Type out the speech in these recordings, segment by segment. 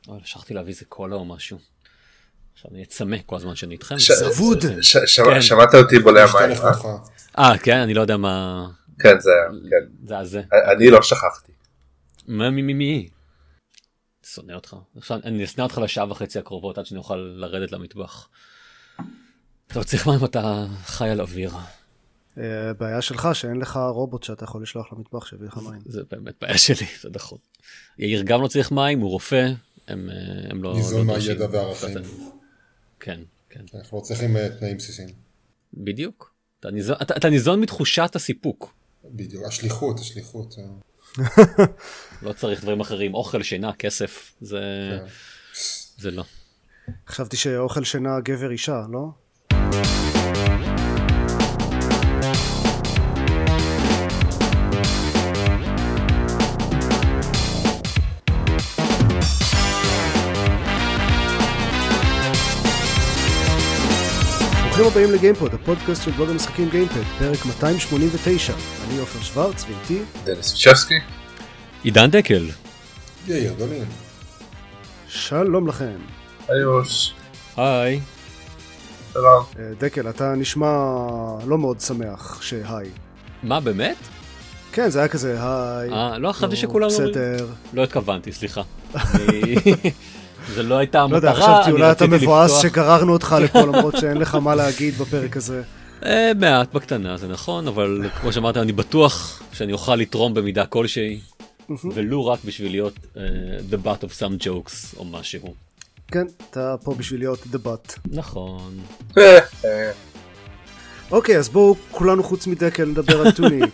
שכחתי להביא איזה קולה או משהו. עכשיו אני אצמא כל הזמן שאני איתכם. זבוד. שמעת אותי בולע מים. כן, אני לא יודע מה... כן, זה היה. זה. אני לא שכחתי. מי? שונא אותך. אני אסנה אותך לשעה וחצי הקרובות עד שאני אוכל לרדת למטבח. אתה צריך מים, אתה חי על אוויר. בעיה שלך שאין לך רובוט שאתה יכול לשלוח למטבח שיביא לך מים. זה באמת בעיה שלי, זה נכון. יאיר גם לא צריך מים, הוא רופא, הם לא... ניזון מהידע והערכים. כן. אנחנו לא צריכים תנאים בסיסיים. בדיוק. אתה ניזון מתחושת הסיפוק. בדיוק, השליחות. לא צריך דברים אחרים, אוכל, שינה, כסף, זה לא. חשבתי שאוכל שינה גבר אישה, לא? ברוכים הבאים לגיימפוד, הפודקאסט של בלוג המשחקים גיימפד, פרק 289. אני עופר שוורץ ואיתי דניס וישבסקי, עידן דקל, יאיר דולין. שלום לכם. היוש. היי. שלום. דקל, אתה נשמע לא מאוד שמח שהי. מה, באמת? כן, זה היה כזה, היי. לא, חשבתי שכולם אומרים. בסדר. לא התכוונתי, סליחה. זה לא הייתה המטרה. לא יודע, חשבתי, אולי אתה מבואס שגררנו אותך לפה, למרות שאין לך מה להגיד בפרק הזה. מעט בקטנה, זה נכון, אבל כמו שאמרת, אני בטוח שאני אוכל לתרום במידה כלשהי, ולא רק בשביל להיות the butt of some jokes או משהו. כן, אתה פה בשביל להיות the butt. נכון. אוקיי, אז בואו כולנו חוץ מדקל נדבר על טוניק.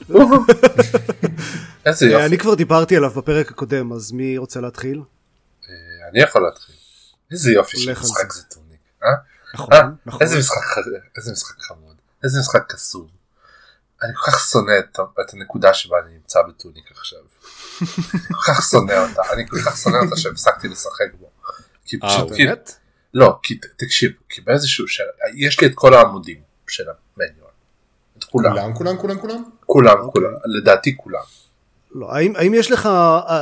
איזה יופי. אני כבר דיברתי עליו בפרק הקודם, אז מי רוצה להתחיל? אני יכול להתחיל. איזה יופי של משחק זה טוניק. נכון. איזה משחק חמוד. איזה משחק קסום. אני כל כך שונא את הנקודה שבה אני נמצא בטוניק עכשיו. כל כך שונא אותה. אני כל כך שונא אותה שהפסקתי לשחק בו. באמת? לא, כי תקשיב, כי באיזשהו של... יש לי את כל העמודים של המניואל. את כולם. כולם, לדעתי כולם. לא, האם יש לך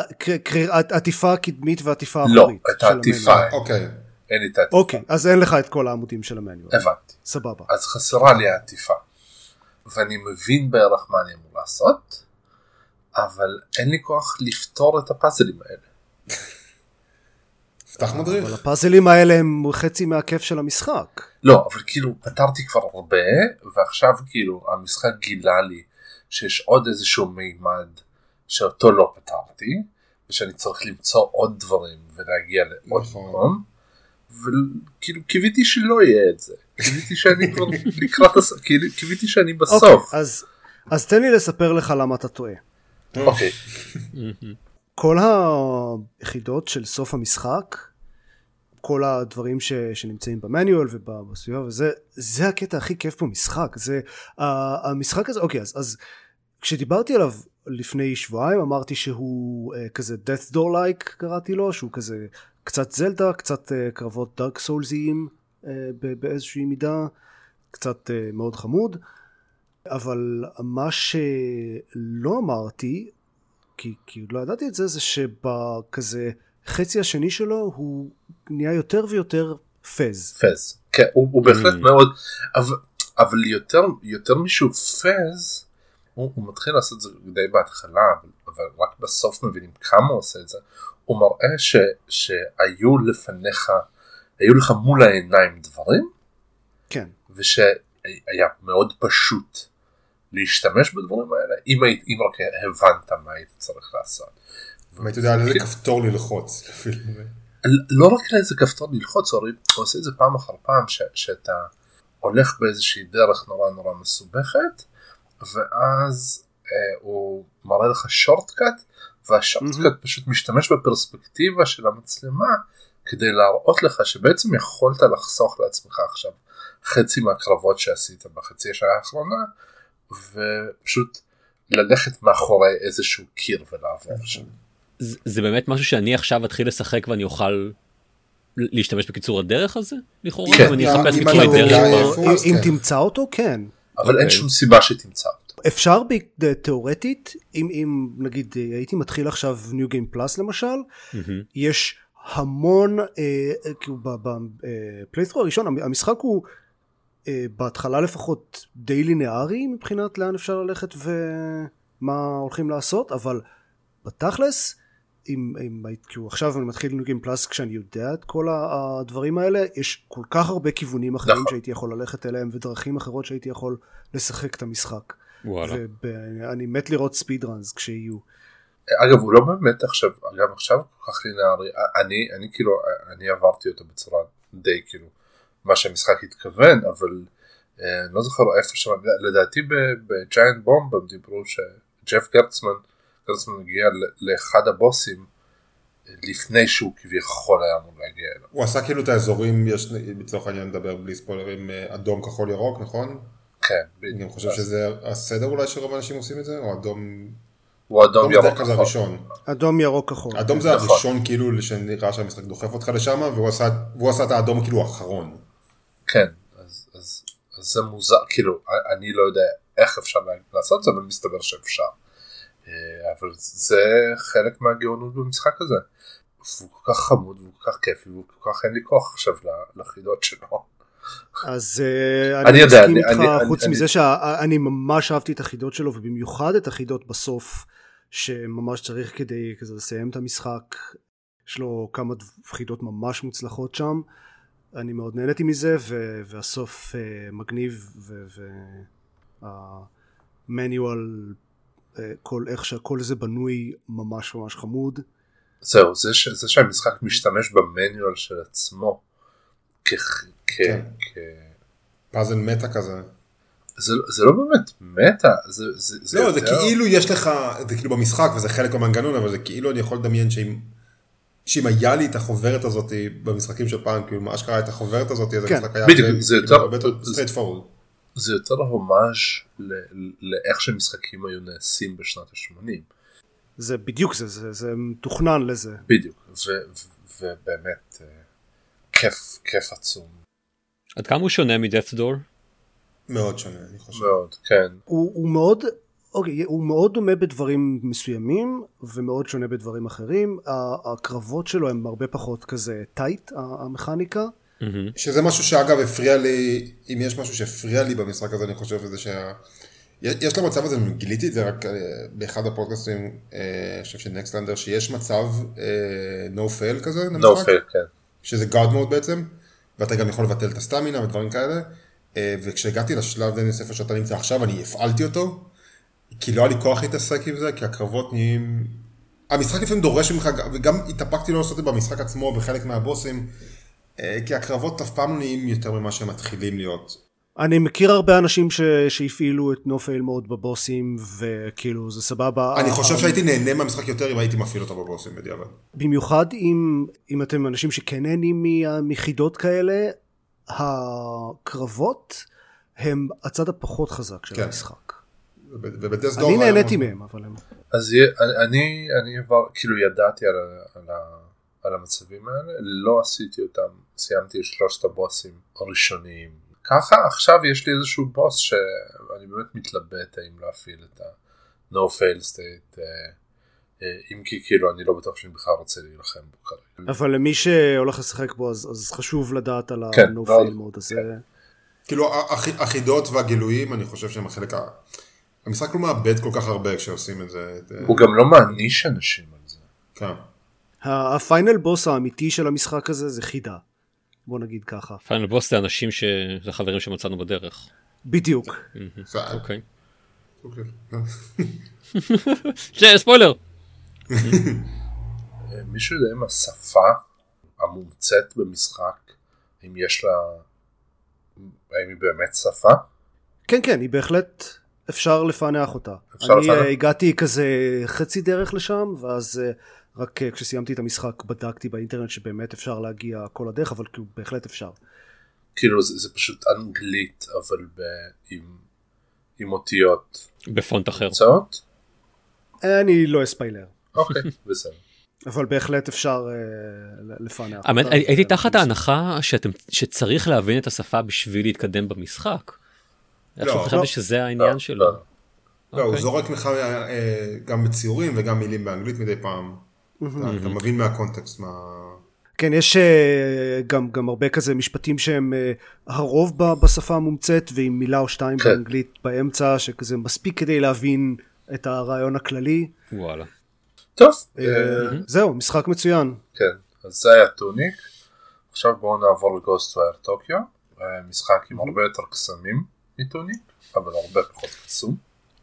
עטיפה קדמית ועטיפה אחורית? לא, את העטיפה. אוקיי. אין לי את העטיפה. אוקיי, אז אין לך את כל העמודים של המניואל. הבנתי. סבבה. אז חסרה לי העטיפה. ואני מבין בערך מה אני אמור לעשות, אבל אין לי כוח לפתור את הפאזלים האלה. פתח מדריך. אבל הפאזלים האלה הם חצי מהכיף של המשחק. לא, אבל כאילו פתרתי כבר הרבה, ועכשיו כאילו המשחק גילה לי שיש עוד איזשהו מימד שאותו לא פתרתי, ושאני צריך למצוא עוד דברים ולהגיע לעוד מקום, וכאילו קיוויתי שלא יהיה את זה. קיוויתי שאני כבר לקראת, קיוויתי שאני בסוף. אז תן לי לספר לך למה אתה טועה. אוקיי. כל היחידות של סוף המשחק, כל הדברים שנמצאים במניואל ובסביבה, וזה הקטע הכי כיף במשחק. זה המשחק הזה, אוקיי, אז כשדיברתי עליו לפני שבועיים, אמרתי שהוא כזה death door like קראתי לו, שהוא כזה קצת זלדה, קצת קרבות דארק סולזיים באיזושהי מידה, קצת מאוד חמוד, אבל מה שלא אמרתי, כי לא ידעתי את זה, זה שבכזה חצי השני שלו הוא נהיה יותר ויותר פז. פז, כן, הוא בהחלט מאוד, אבל יותר משהו פז, הוא מתחיל לעשות את זה די בהתחלה, אבל רק בסוף מבינים כמה הוא עושה את זה. הוא מראה שהיו לפניך, היו לך מול העיניים דברים, כן. ושהיה מאוד פשוט להשתמש בדברים האלה, אם רק הבנת מה היית צריך לעשות. אם היית יודע על איזה כפתור ללחוץ. לא רק על איזה כפתור ללחוץ, הוא עושה את זה פעם אחר פעם, שאתה הולך באיזושהי דרך נורא נורא מסובכת, ואז הוא מראה לך שורטקאט, והשורטקאט פשוט משתמש בפרספקטיבה של המצלמה, כדי להראות לך שבעצם יכולת לחסוך לעצמך עכשיו חצי מהקרבות שעשית בחצי השעה האחרונה, ופשוט ללכת מאחורי איזשהו קיר ולעבור שם. זה באמת משהו שאני עכשיו אתחיל לשחק ואני אוכל להשתמש בקיצור הדרך הזה? לכאורה? כן. אני אחפש קיצור הדרך. אם תמצא אותו, כן. אבל אין שום סיבה שתמצא אותו. אפשר תיאורטית, אם נגיד הייתי מתחיל עכשיו New Game Plus למשל, יש המון, כאילו בפליית'רו הראשון, המשחק הוא בהתחלה לפחות די לינארי מבחינת לאן אפשר ללכת ומה הולכים לעשות, אבל בתכלס, כאילו עכשיו אני מתחיל עם פלאס כשאני יודע את כל הדברים האלה, יש כל כך הרבה כיוונים אחרים שהייתי יכול ללכת אליהם ודרכים אחרות שהייתי יכול לשחק את המשחק. ואני מת לראות ספיד ראנס כשיהיו. אגב, הוא לא באמת עכשיו, גם עכשיו כל כך לינארי, אני כאילו, אני עברתי אותו בצורה די כאילו, מה שהמשחק התכוון, אבל אני לא זוכר איפה שם, לדעתי בג'יינט בומב הם דיברו שג'ף גרצמן הגיע לאחד הבוסים לפני שהוא כביכול היה אמור להגיע אליו. הוא עשה כאילו את האזורים, יש בצורך העניין לדבר בלי ספוילרים, אדום כחול ירוק, נכון? כן. אני חושב שזה הסדר אולי שרוב האנשים עושים את זה, או אדום... הוא אדום ירוק כחול. אדום ירוק כחול. אדום זה הראשון כאילו שנראה שהמשחק דוחף אותך לשם, והוא עשה את האדום כאילו האחרון. כן, אז זה מוזר, כאילו, אני לא יודע איך אפשר לעשות את זה, אבל מסתבר שאפשר. אבל זה חלק מהגאונות במשחק הזה. הוא כל כך חמוד, והוא כל כך כיפי, והוא כל כך אין לי כוח עכשיו לחידות שלו. אז אני מסכים איתך, חוץ מזה שאני ממש אהבתי את החידות שלו, ובמיוחד את החידות בסוף, שממש צריך כדי לסיים את המשחק. יש לו כמה חידות ממש מוצלחות שם. אני מאוד נהניתי מזה, והסוף מגניב, והמניואל, איך שהכל זה בנוי ממש ממש חמוד. זהו, זה שהמשחק משתמש במניואל של עצמו, פאזל מטה כזה. זה לא באמת מטה, לא, זה כאילו יש לך, זה כאילו במשחק, וזה חלק מהמנגנון, אבל זה כאילו אני יכול לדמיין שאם היה לי את החוברת הזאת במשחקים של פעם, כאילו מה שקרה את החוברת הזאת, אז המשחק היה הרבה יותר straight forward. זה יותר הומאז' לאיך שמשחקים היו נעשים בשנת ה-80. זה בדיוק זה מתוכנן לזה. בדיוק, ובאמת כיף עצום. עד כמה הוא שונה מ-Death's Door? מאוד שונה, אני חושב. מאוד, כן. הוא מאוד דומה בדברים מסוימים, ומאוד שונה בדברים אחרים. הקרבות שלו הם הרבה פחות כזה טייט, המכניקה. שזה משהו שאגב הפריע לי, אם יש משהו שהפריע לי במשחק הזה, אני חושב שזה יש למצב הזה, גיליתי את זה רק באחד הפודקאסטים, אני חושב של נקסטלנדר, שיש מצב no fail כזה למשחק. no fail, כן. שזה God mode בעצם, ואתה גם יכול לבטל את הסטמינה ודברים כאלה, וכשהגעתי לשלב די ספר שאתה נמצא עכשיו, אני הפעלתי אותו, כי לא היה לי כוח להתעסק עם זה, כי הקרבות נהיים... המשחק לפעמים דורש ממך, וגם התאפקתי לא לעשות את זה במשחק עצמו, בחלק מהבוסים, כי הקרבות אף פעם נהיים יותר ממה שהם מתחילים להיות. אני מכיר הרבה אנשים שהפעילו את no fail mode בבוסים, וכאילו זה סבבה. אני חושב שהייתי נהנה מהמשחק יותר אם הייתי מפעיל אותו בבוסים בדיעבד. במיוחד אם אתם אנשים שכן נהנים מחידות כאלה, הקרבות הם הצד הפחות חזק של המשחק. אני נהניתי מהם, אבל הם... אז אני כאילו ידעתי על המצבים האלה, לא עשיתי אותם, סיימתי 3 הבוסים הראשוניים. ככה עכשיו יש לי איזשהו בוס שאני באמת מתלבט האם להפעיל את ה-no fail state, אם כי כאילו אני לא בטוח שאני בכלל רוצה להילחם בו כרגע. אבל למי שהולך לשחק בו אז חשוב לדעת על ה-no fail mode הזה. כאילו החידות והגילויים אני חושב שהם החלק המשחק לא מאבד כל כך הרבה כשעושים את זה. הוא גם לא מעניש אנשים על זה. כן. הפיינל בוס האמיתי של המשחק הזה זה חידה. בוא נגיד ככה. פיינל בוס זה אנשים זה חברים שמצאנו בדרך. בדיוק. אוקיי. ספוילר. מישהו יודע אם השפה המומצאת במשחק, אם יש לה, האם היא באמת שפה? כן, היא בהחלט אפשר לפענח אותה. אני הגעתי כזה חצי דרך לשם, ואז רק כשסיימתי את המשחק בדקתי באינטרנט שבאמת אפשר להגיע כל הדרך, אבל בהחלט אפשר. כאילו זה פשוט אנגלית, אבל עם אותיות. בפונט אחר. מוצאות? אני לא אספיילר. אוקיי, בסדר. אבל בהחלט אפשר לפענח. הייתי תחת ההנחה שצריך להבין את השפה בשביל להתקדם במשחק. לא. חשבתי שזה העניין שלו. לא, הוא זורק לך גם בציורים וגם מילים באנגלית מדי פעם. אתה מבין מהקונטקסט כן, יש גם הרבה כזה משפטים שהם הרוב בשפה המומצאת, ועם מילה או שתיים באנגלית באמצע, שכזה מספיק כדי להבין את הרעיון הכללי. וואלה. טוב. זהו, משחק מצוין. כן, אז זה היה טוניק. עכשיו בואו נעבור לגוסטווייר טוקיו. משחק עם הרבה יותר קסמים מטוניק, אבל הרבה פחות קסום.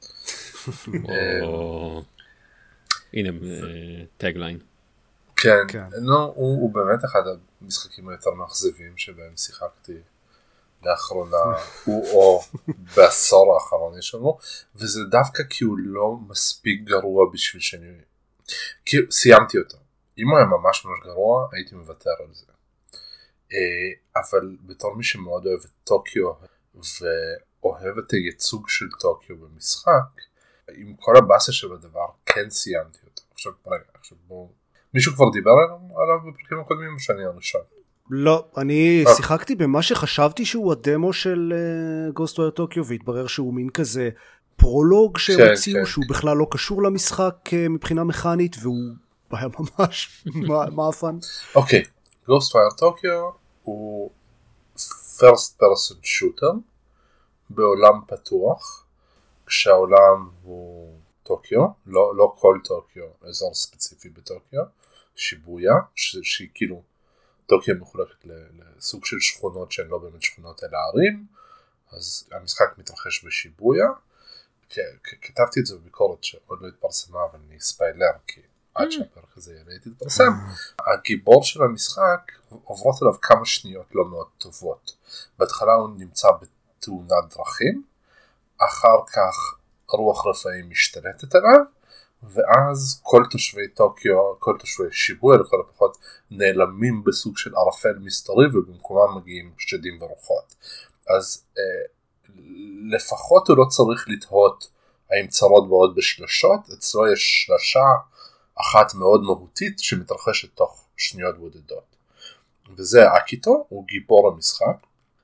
הנה טאגליין. כן, הוא באמת אחד המשחקים היותר מאכזבים שבהם שיחקתי לאחרונה, הוא או בעשור האחרון יש לנו, וזה דווקא כי הוא לא מספיק גרוע בשביל שאני, כי סיימתי אותו. אם הוא היה ממש ממש גרוע הייתי מוותר על זה, אבל בתור מי שמאוד אוהב את טוקיו ואוהב את הייצוג של טוקיו במשחק, עם כל הבאסה שבדבר כן סיימתי אותו. עכשיו בואו, מישהו כבר דיבר עליו בפרקים הקודמים או שאני הראשון? לא, אני שיחקתי במה שחשבתי שהוא הדמו של גוסטווייר טוקיו, והתברר שהוא מין כזה פרולוג שהוציאו, שהוא בכלל לא קשור למשחק מבחינה מכנית, והוא היה ממש מאפן. אוקיי, גוסטווייר טוקיו הוא first person shooter בעולם פתוח, כשהעולם הוא טוקיו, לא כל טוקיו, אזור ספציפי בטוקיו, שיבויה, שהיא כאילו, טוקיו מחולקת לסוג של שכונות שהן לא באמת שכונות אלא ערים, אז המשחק מתרחש בשיבויה. כתבתי את זה בביקורת שעוד לא התפרסמה, אבל אני ספיילר, כי עד שהפרק הזה יעלה תתפרסם. הגיבור של המשחק עוברות עליו כמה שניות לא מאוד טובות. בהתחלה הוא נמצא בתאונת דרכים, אחר כך רוח רפאים משתלטת עליו, ואז כל תושבי טוקיו, כל תושבי שיבויה לכל הפחות, נעלמים בסוג של ערפל מסתרי, ובמקומם מגיעים שדים ורוחות. אז לפחות הוא לא צריך לתהות האם צרות בעוד בשלשות, אצלו יש שלשה אחת מאוד מהותית שמתרחשת תוך שניות בודדות. וזה אקיטו, הוא גיבור המשחק,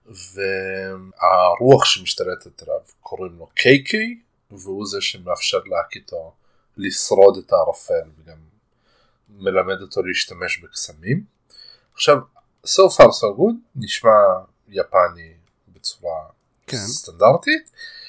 והרוח שמשתלטת עליו קוראים לו קייקי, והוא זה שמאפשר לאקיטו לשרוד את הערפל וגם מלמד אותו להשתמש בקסמים. עכשיו, so far so good, נשמע יפני בצורה סטנדרטית.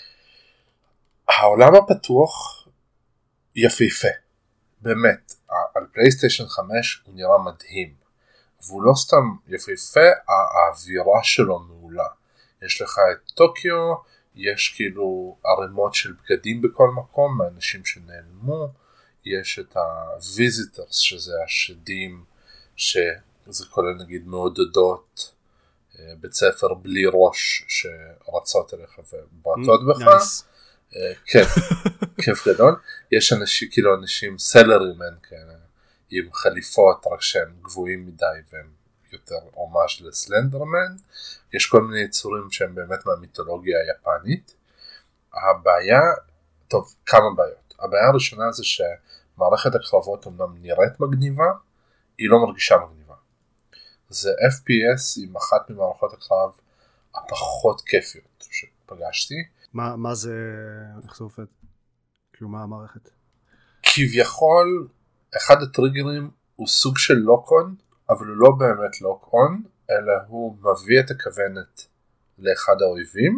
העולם הפתוח יפהפה, באמת, על פלייסטיישן 5 הוא נראה מדהים, והוא לא סתם יפהפה, האווירה שלו מעולה. יש לך את טוקיו, יש כאילו ערימות של בגדים בכל מקום, מאנשים שנעלמו, יש את הוויזיטרס, שזה השדים, שזה כולל נגיד מעודדות, בית ספר בלי ראש שרצות אליך ובועטות בך. כן, כיף גדול. יש אנשים, כאילו אנשים סלרימן כאלה, עם חליפות, רק שהם גבוהים מדי והם יותר אומש לסלנדרמן. יש כל מיני יצורים שהם באמת מהמיתולוגיה היפנית. הבעיה, טוב, כמה בעיות. הבעיה הראשונה זה שמערכת הקרבות אומנם נראית מגניבה, היא לא מרגישה מגניבה. זה FPS עם אחת ממערכות הקרב הפחות כיפיות שפגשתי. מה זה, איך זה עובד? כאילו מה המערכת? כביכול, אחד הטריגרים הוא סוג של לוק-און, אבל הוא לא באמת לוק-און, אלא הוא מביא את הכוונת לאחד האויבים,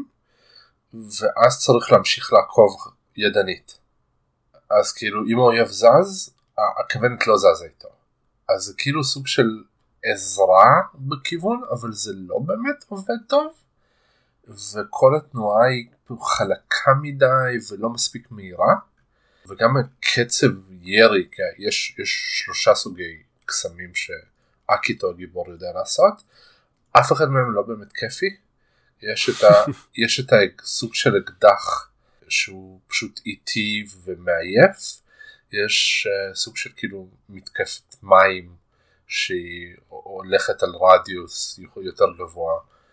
ואז צריך להמשיך לעקוב ידנית. אז כאילו, אם האויב זז, הכוונת לא זזה איתו. אז זה כאילו סוג של עזרה בכיוון, אבל זה לא באמת עובד טוב, וכל התנועה היא חלקה מדי ולא מספיק מהירה, וגם הקצב ירי, יש 3 סוגי קסמים שאקיטו הגיבור יודע לעשות, אף אחד מהם לא באמת כיפי. יש את הסוג של אקדח שהוא פשוט איטי ומעייף, יש סוג של כאילו מתקפת מים שהיא הולכת על רדיוס יותר גבוה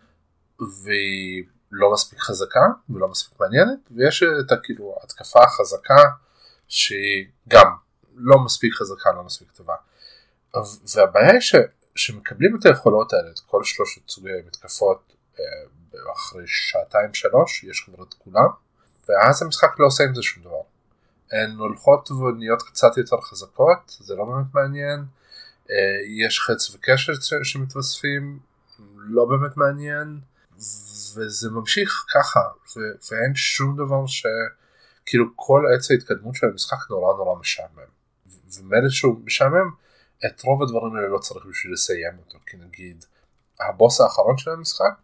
והיא לא מספיק חזקה ולא מספיק מעניינת, ויש את כאילו התקפה החזקה שהיא גם לא מספיק חזקה, לא מספיק טובה. והבעיה היא שמקבלים את היכולות האלה, את כל 3 סוגי מתקפות אחרי 2-3, יש כבר את כולם, ואז המשחק לא עושה עם זה שום דבר. הן הולכות ונהיות קצת יותר חזקות, זה לא באמת מעניין. יש חץ וקשר שמתווספים, לא באמת מעניין, וזה ממשיך ככה, ואין שום דבר כאילו כל עץ ההתקדמות של המשחק נורא נורא משעמם, ומילא שהוא משעמם, את רוב הדברים האלה לא צריך בשביל לסיים אותו, כי נגיד, הבוס האחרון של המשחק,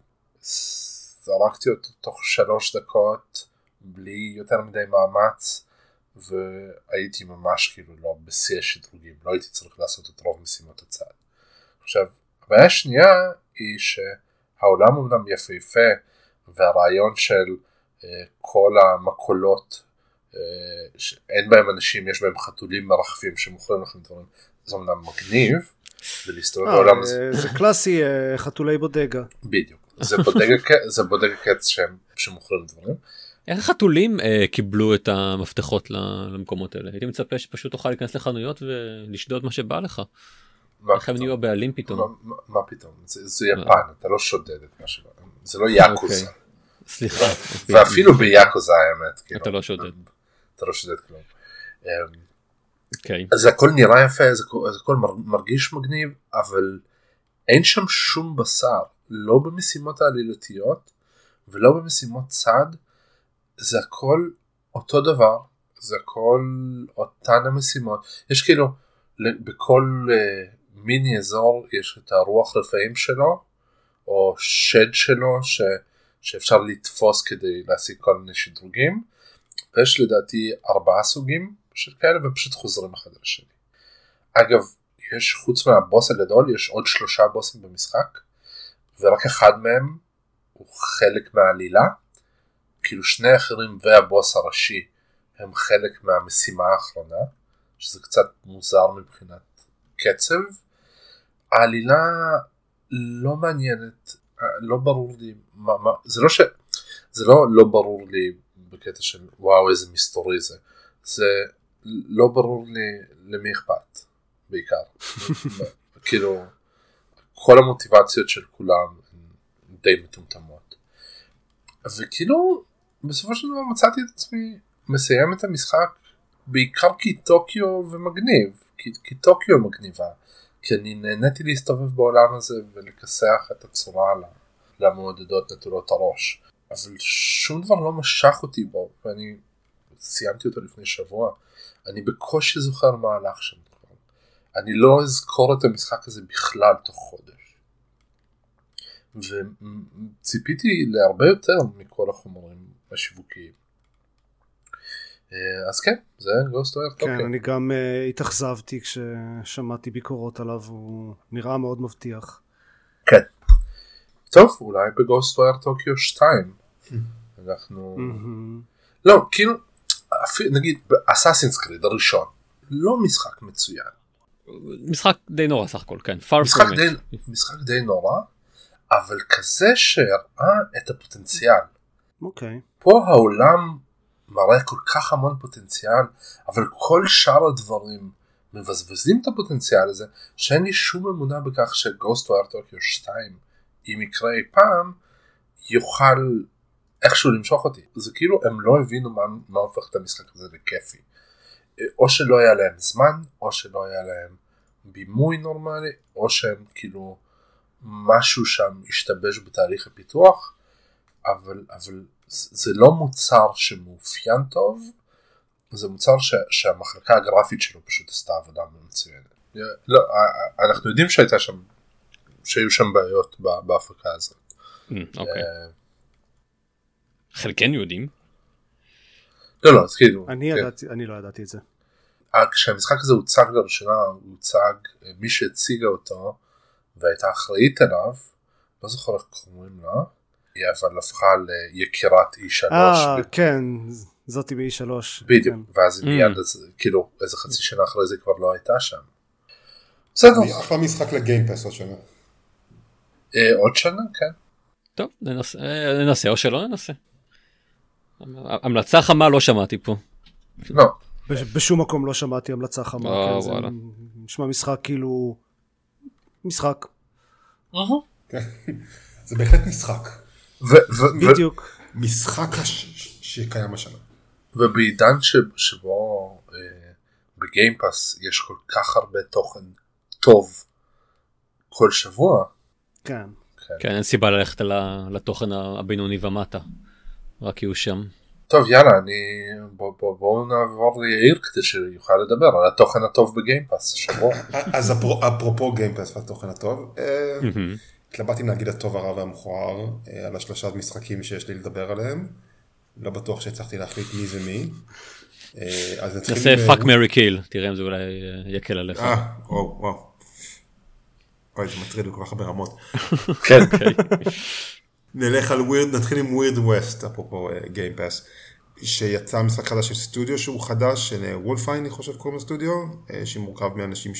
זרקתי אותו תוך 3 דקות, בלי יותר מדי מאמץ, והייתי ממש כאילו לא בשיא השדרוגים, לא הייתי צריך לעשות את רוב משימות הצד. עכשיו, הבעיה השנייה היא שהעולם אומנם יפהפה, והרעיון של כל המקולות, שאין בהם אנשים, יש בהם חתולים מרחפים שמוכרים לכם דברים, זה אומנם מגניב, ולהסתובב בעולם הזה. זה קלאסי, חתולי בודגה. בדיוק, זה בודגה קץ שמוכרים דברים. איך החתולים קיבלו את המפתחות למקומות האלה? הייתי מצפה שפשוט תוכל להיכנס לחנויות ולשדוד מה שבא לך. איך הם נהיו הבעלים פתאום? מה פתאום? זה יפן, אתה לא שודד את מה שבא. זה לא יאקוזה. סליחה. ואפילו ביאקוזה האמת. אתה לא שודד. אתה לא שודד כלום. אוקיי. אז הכל נראה יפה, זה הכל מרגיש מגניב, אבל אין שם שום בשר, לא במשימות העלילתיות, ולא במשימות צד, זה הכל אותו דבר, זה הכל אותן המשימות, יש כאילו, בכל מיני אזור יש את הרוח רפאים שלו, או שד שלו, שאפשר לתפוס כדי להשיג כל מיני שדרוגים, ויש לדעתי 4 סוגים של כאלה, ופשוט חוזרים אחד לשני. אגב, יש חוץ מהבוס הגדול, יש עוד 3 בוסים במשחק, ורק אחד מהם הוא חלק מהעלילה, כאילו 2 אחרים והבוס הראשי הם חלק מהמשימה האחרונה, שזה קצת מוזר מבחינת קצב. העלילה לא מעניינת, לא ברור לי, זה לא ברור לי בקטע של וואו איזה מסתורי זה, זה לא ברור לי למי אכפת בעיקר, כאילו כל המוטיבציות של כולם די מטומטמות, וכאילו בסופו של דבר מצאתי את עצמי מסיים את המשחק בעיקר כי טוקיו ומגניב, כי טוקיו מגניבה, כי אני נהניתי להסתובב בעולם הזה ולכסח את הצורה למעודדות נטולות הראש, אבל שום דבר לא משך אותי בו, ואני סיימתי אותו לפני שבוע, אני בקושי זוכר מה הלך שם, אני לא אזכור את המשחק הזה בכלל תוך חודש, וציפיתי להרבה יותר מכל החומרים השיווקיים. אז כן, זה גוסט וויר טוקיו. כן, אני גם התאכזבתי כששמעתי ביקורות עליו, הוא נראה מאוד מבטיח. כן. טוב, אולי בגוסט וויר טוקיו 2 אנחנו לא, כאילו נגיד באסאסינס קריד הראשון לא משחק מצוין, משחק די נורא סך הכל, כן. משחק די נורא, אבל כזה שהראה את הפוטנציאל. אוקיי. פה העולם מראה כל כך המון פוטנציאל, אבל כל שאר הדברים מבזבזים את הפוטנציאל הזה, שאין לי שום אמונה בכך שגוסט וויר טוקיו 2 אם יקרה אי פעם יוכל איכשהו למשוך אותי. זה כאילו הם לא הבינו מה הופך את המשחק הזה לכיפי, או שלא היה להם זמן, או שלא היה להם בימוי נורמלי, או שהם כאילו משהו שם השתבש בתהליך הפיתוח, אבל זה לא מוצר שמאופיין טוב, זה מוצר שהמחלקה הגרפית שלו פשוט עשתה עבודה מצוינת. לא, אנחנו יודעים שהיו שם בעיות בהפקה הזאת. אוקיי. חלקנו יודעים. לא, אז כאילו. אני לא ידעתי את זה. כשהמשחק הזה הוצג לראשונה, הוא הוצג, מי שהציגה אותו, והייתה אחראית אליו, לא זוכר איך קוראים לה, היא אבל הפכה ליקירת E3. כן, זאתי ב-E3. בדיוק, ואז מיד, כאילו, איזה חצי שנה אחרי זה כבר לא הייתה שם. בסדר. אחלה משחק לגיימפס עוד שנה. עוד שנה, כן. טוב, ננסה או שלא ננסה. המלצה חמה לא שמעתי פה. לא. בשום מקום לא שמעתי המלצה חמה. זה נשמע משחק כאילו... משחק. זה בהחלט משחק. בדיוק. משחק שקיים השנה. ובעידן שבו בגיימפאס יש כל כך הרבה תוכן טוב כל שבוע. כן. כן, אין סיבה ללכת לתוכן הבינוני ומטה, רק יהיו שם. טוב, יאללה, בואו נעבור ליאיר כדי שיוכל לדבר על התוכן הטוב בגיימפאס השבוע. אז אפרופו גיימפאס והתוכן הטוב, התלבטתי להגיד הטוב הרע והמכוער על השלושה משחקים שיש לי לדבר עליהם. לא בטוח שהצלחתי להחליט מי זה מי. נעשה פאק מרי קיל, תראה אם זה אולי יקל עליך. וואו. אוי, זה מטריד לי כל כך ברמות. כן. נלך על ווירד, נתחיל עם ווירד ווסט, אפרופו גיימפאס, שיצא משחק חדש של סטודיו שהוא חדש, של וולפיין, אני חושב קוראים לסטודיו, שמורכב מאנשים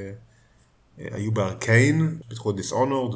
שהיו בארקיין, פיתחו את דיסאונורד,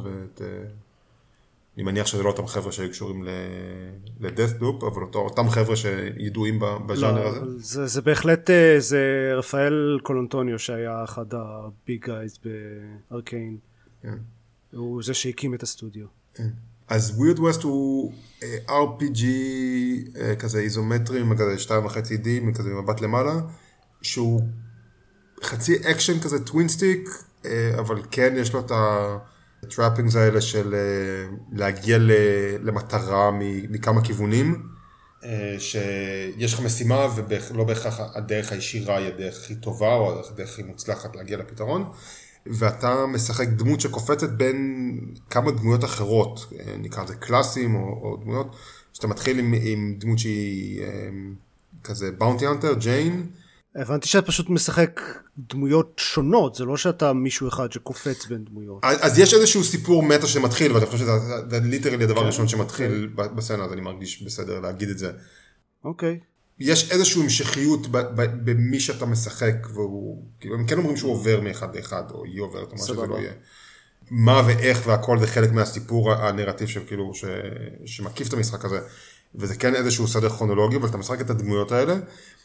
אני מניח שזה לא אותם חבר'ה שהיו קשורים לדאת'לופ, אבל אותם חבר'ה שידועים בז'אנר הזה. זה בהחלט, זה רפאל קולונטוניו שהיה אחד הביג גייז בארקיין. הוא זה שהקים את הסטודיו. אז ווירד ווסט הוא RPG כזה איזומטרי, כזה 2.5D, כזה מבט למעלה, שהוא חצי אקשן כזה טווין סטיק, אבל כן יש לו את הטראפינגס האלה של להגיע למטרה מכמה כיוונים, שיש לך משימה ולא בהכרח הדרך הישירה היא הדרך הכי טובה או הדרך הכי מוצלחת להגיע לפתרון, ואתה משחק דמות שקופצת בין כמה דמויות אחרות, נקרא זה קלאסים או דמויות, שאתה מתחיל עם דמות שהיא כזה באונטי הנטר, ג'יין. הבנתי שאתה פשוט משחק דמויות שונות, זה לא שאתה מישהו אחד שקופץ בין דמויות. אז יש איזשהו סיפור מטה שמתחיל, ואני חושב שזה ליטרלי הדבר הראשון שמתחיל בסצנה, אז אני מרגיש בסדר להגיד את זה. אוקיי. יש איזושהי המשכיות במי שאתה משחק, והוא, כאילו, הם כן אומרים שהוא עובר מאחד לאחד, או היא עוברת, או מה שזה לא יהיה. מה ואיך והכל זה חלק מהסיפור הנרטיב שכאילו, שמקיף את המשחק הזה, וזה כן איזשהו סדר כרונולוגי, אבל אתה משחק את הדמויות האלה.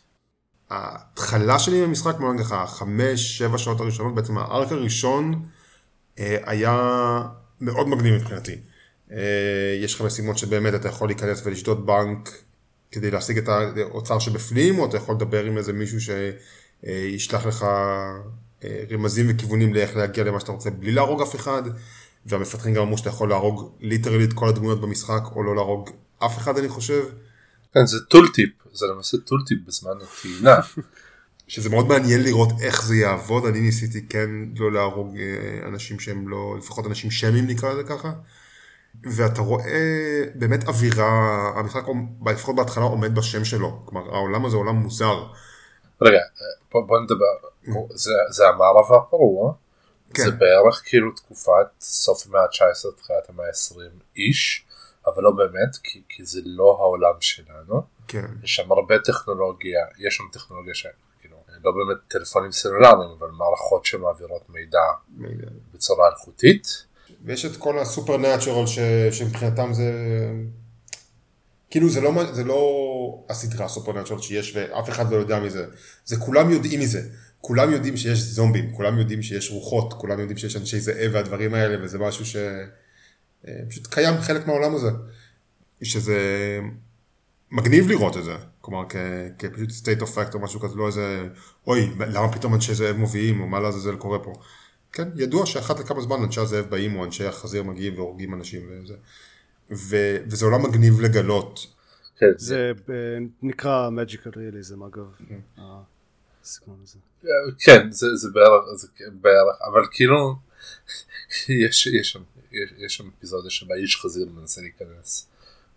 ההתחלה שלי במשחק, מלא לך, 5-7 שעות הראשונות, בעצם הארק הראשון היה מאוד מגניב מבחינתי. יש לך משימות שבאמת אתה יכול להיכנס ולשדוד בנק, כדי להשיג את האוצר שבפנים, או אתה יכול לדבר עם איזה מישהו שישלח לך רמזים וכיוונים לאיך להגיע למה שאתה רוצה, בלי להרוג אף אחד, והמפתחים גם אמרו שאתה יכול להרוג ליטרלי את כל הדמויות במשחק, או לא להרוג אף אחד, אני חושב. כן, זה טולטיפ, זה למעשה טולטיפ בזמן הטעינה. שזה מאוד מעניין לראות איך זה יעבוד, אני ניסיתי כן לא להרוג אנשים שהם לא, לפחות אנשים שמים נקרא לזה ככה, ואתה רואה באמת אווירה, המשחק לפחות בהתחלה עומד בשם שלו, כלומר העולם הזה עולם מוזר. רגע, בוא נדבר, זה המערב הפרוע, זה בערך כאילו תקופת סוף המאה ה-19, תחילת המאה ה-20 איש, אבל לא באמת, כי זה לא העולם שלנו. כן. יש שם הרבה טכנולוגיה, יש שם טכנולוגיה שכאילו, לא באמת טלפונים סלולריים, אבל מערכות שמעבירות מידע בצורה אלחוטית. ויש את כל הסופרנאצ'רל שמבחינתם זה, כאילו זה לא הסדרה הסופרנאצ'רל שיש ואף אחד לא יודע מזה, זה כולם יודעים מזה, כולם יודעים שיש זומבים, כולם יודעים שיש רוחות, כולם יודעים שיש אנשי זאב והדברים האלה, וזה משהו שפשוט קיים חלק מהעולם הזה, שזה מגניב לראות את זה, כלומר כפשוט state of fact או משהו כזה, לא איזה, אוי, למה פתאום אנשי זאב מובילים, או מה לעזאזל קורה פה. כן, ידוע שאחת לכמה זמן אנשי הזאב באים או אנשי החזיר מגיעים והורגים אנשים וזה עולם מגניב לגלות. זה נקרא magical realism אגב, הסגנון הזה. כן, זה בערך, אבל כאילו יש שם אפיזודיה שבה איש חזיר מנסה להיכנס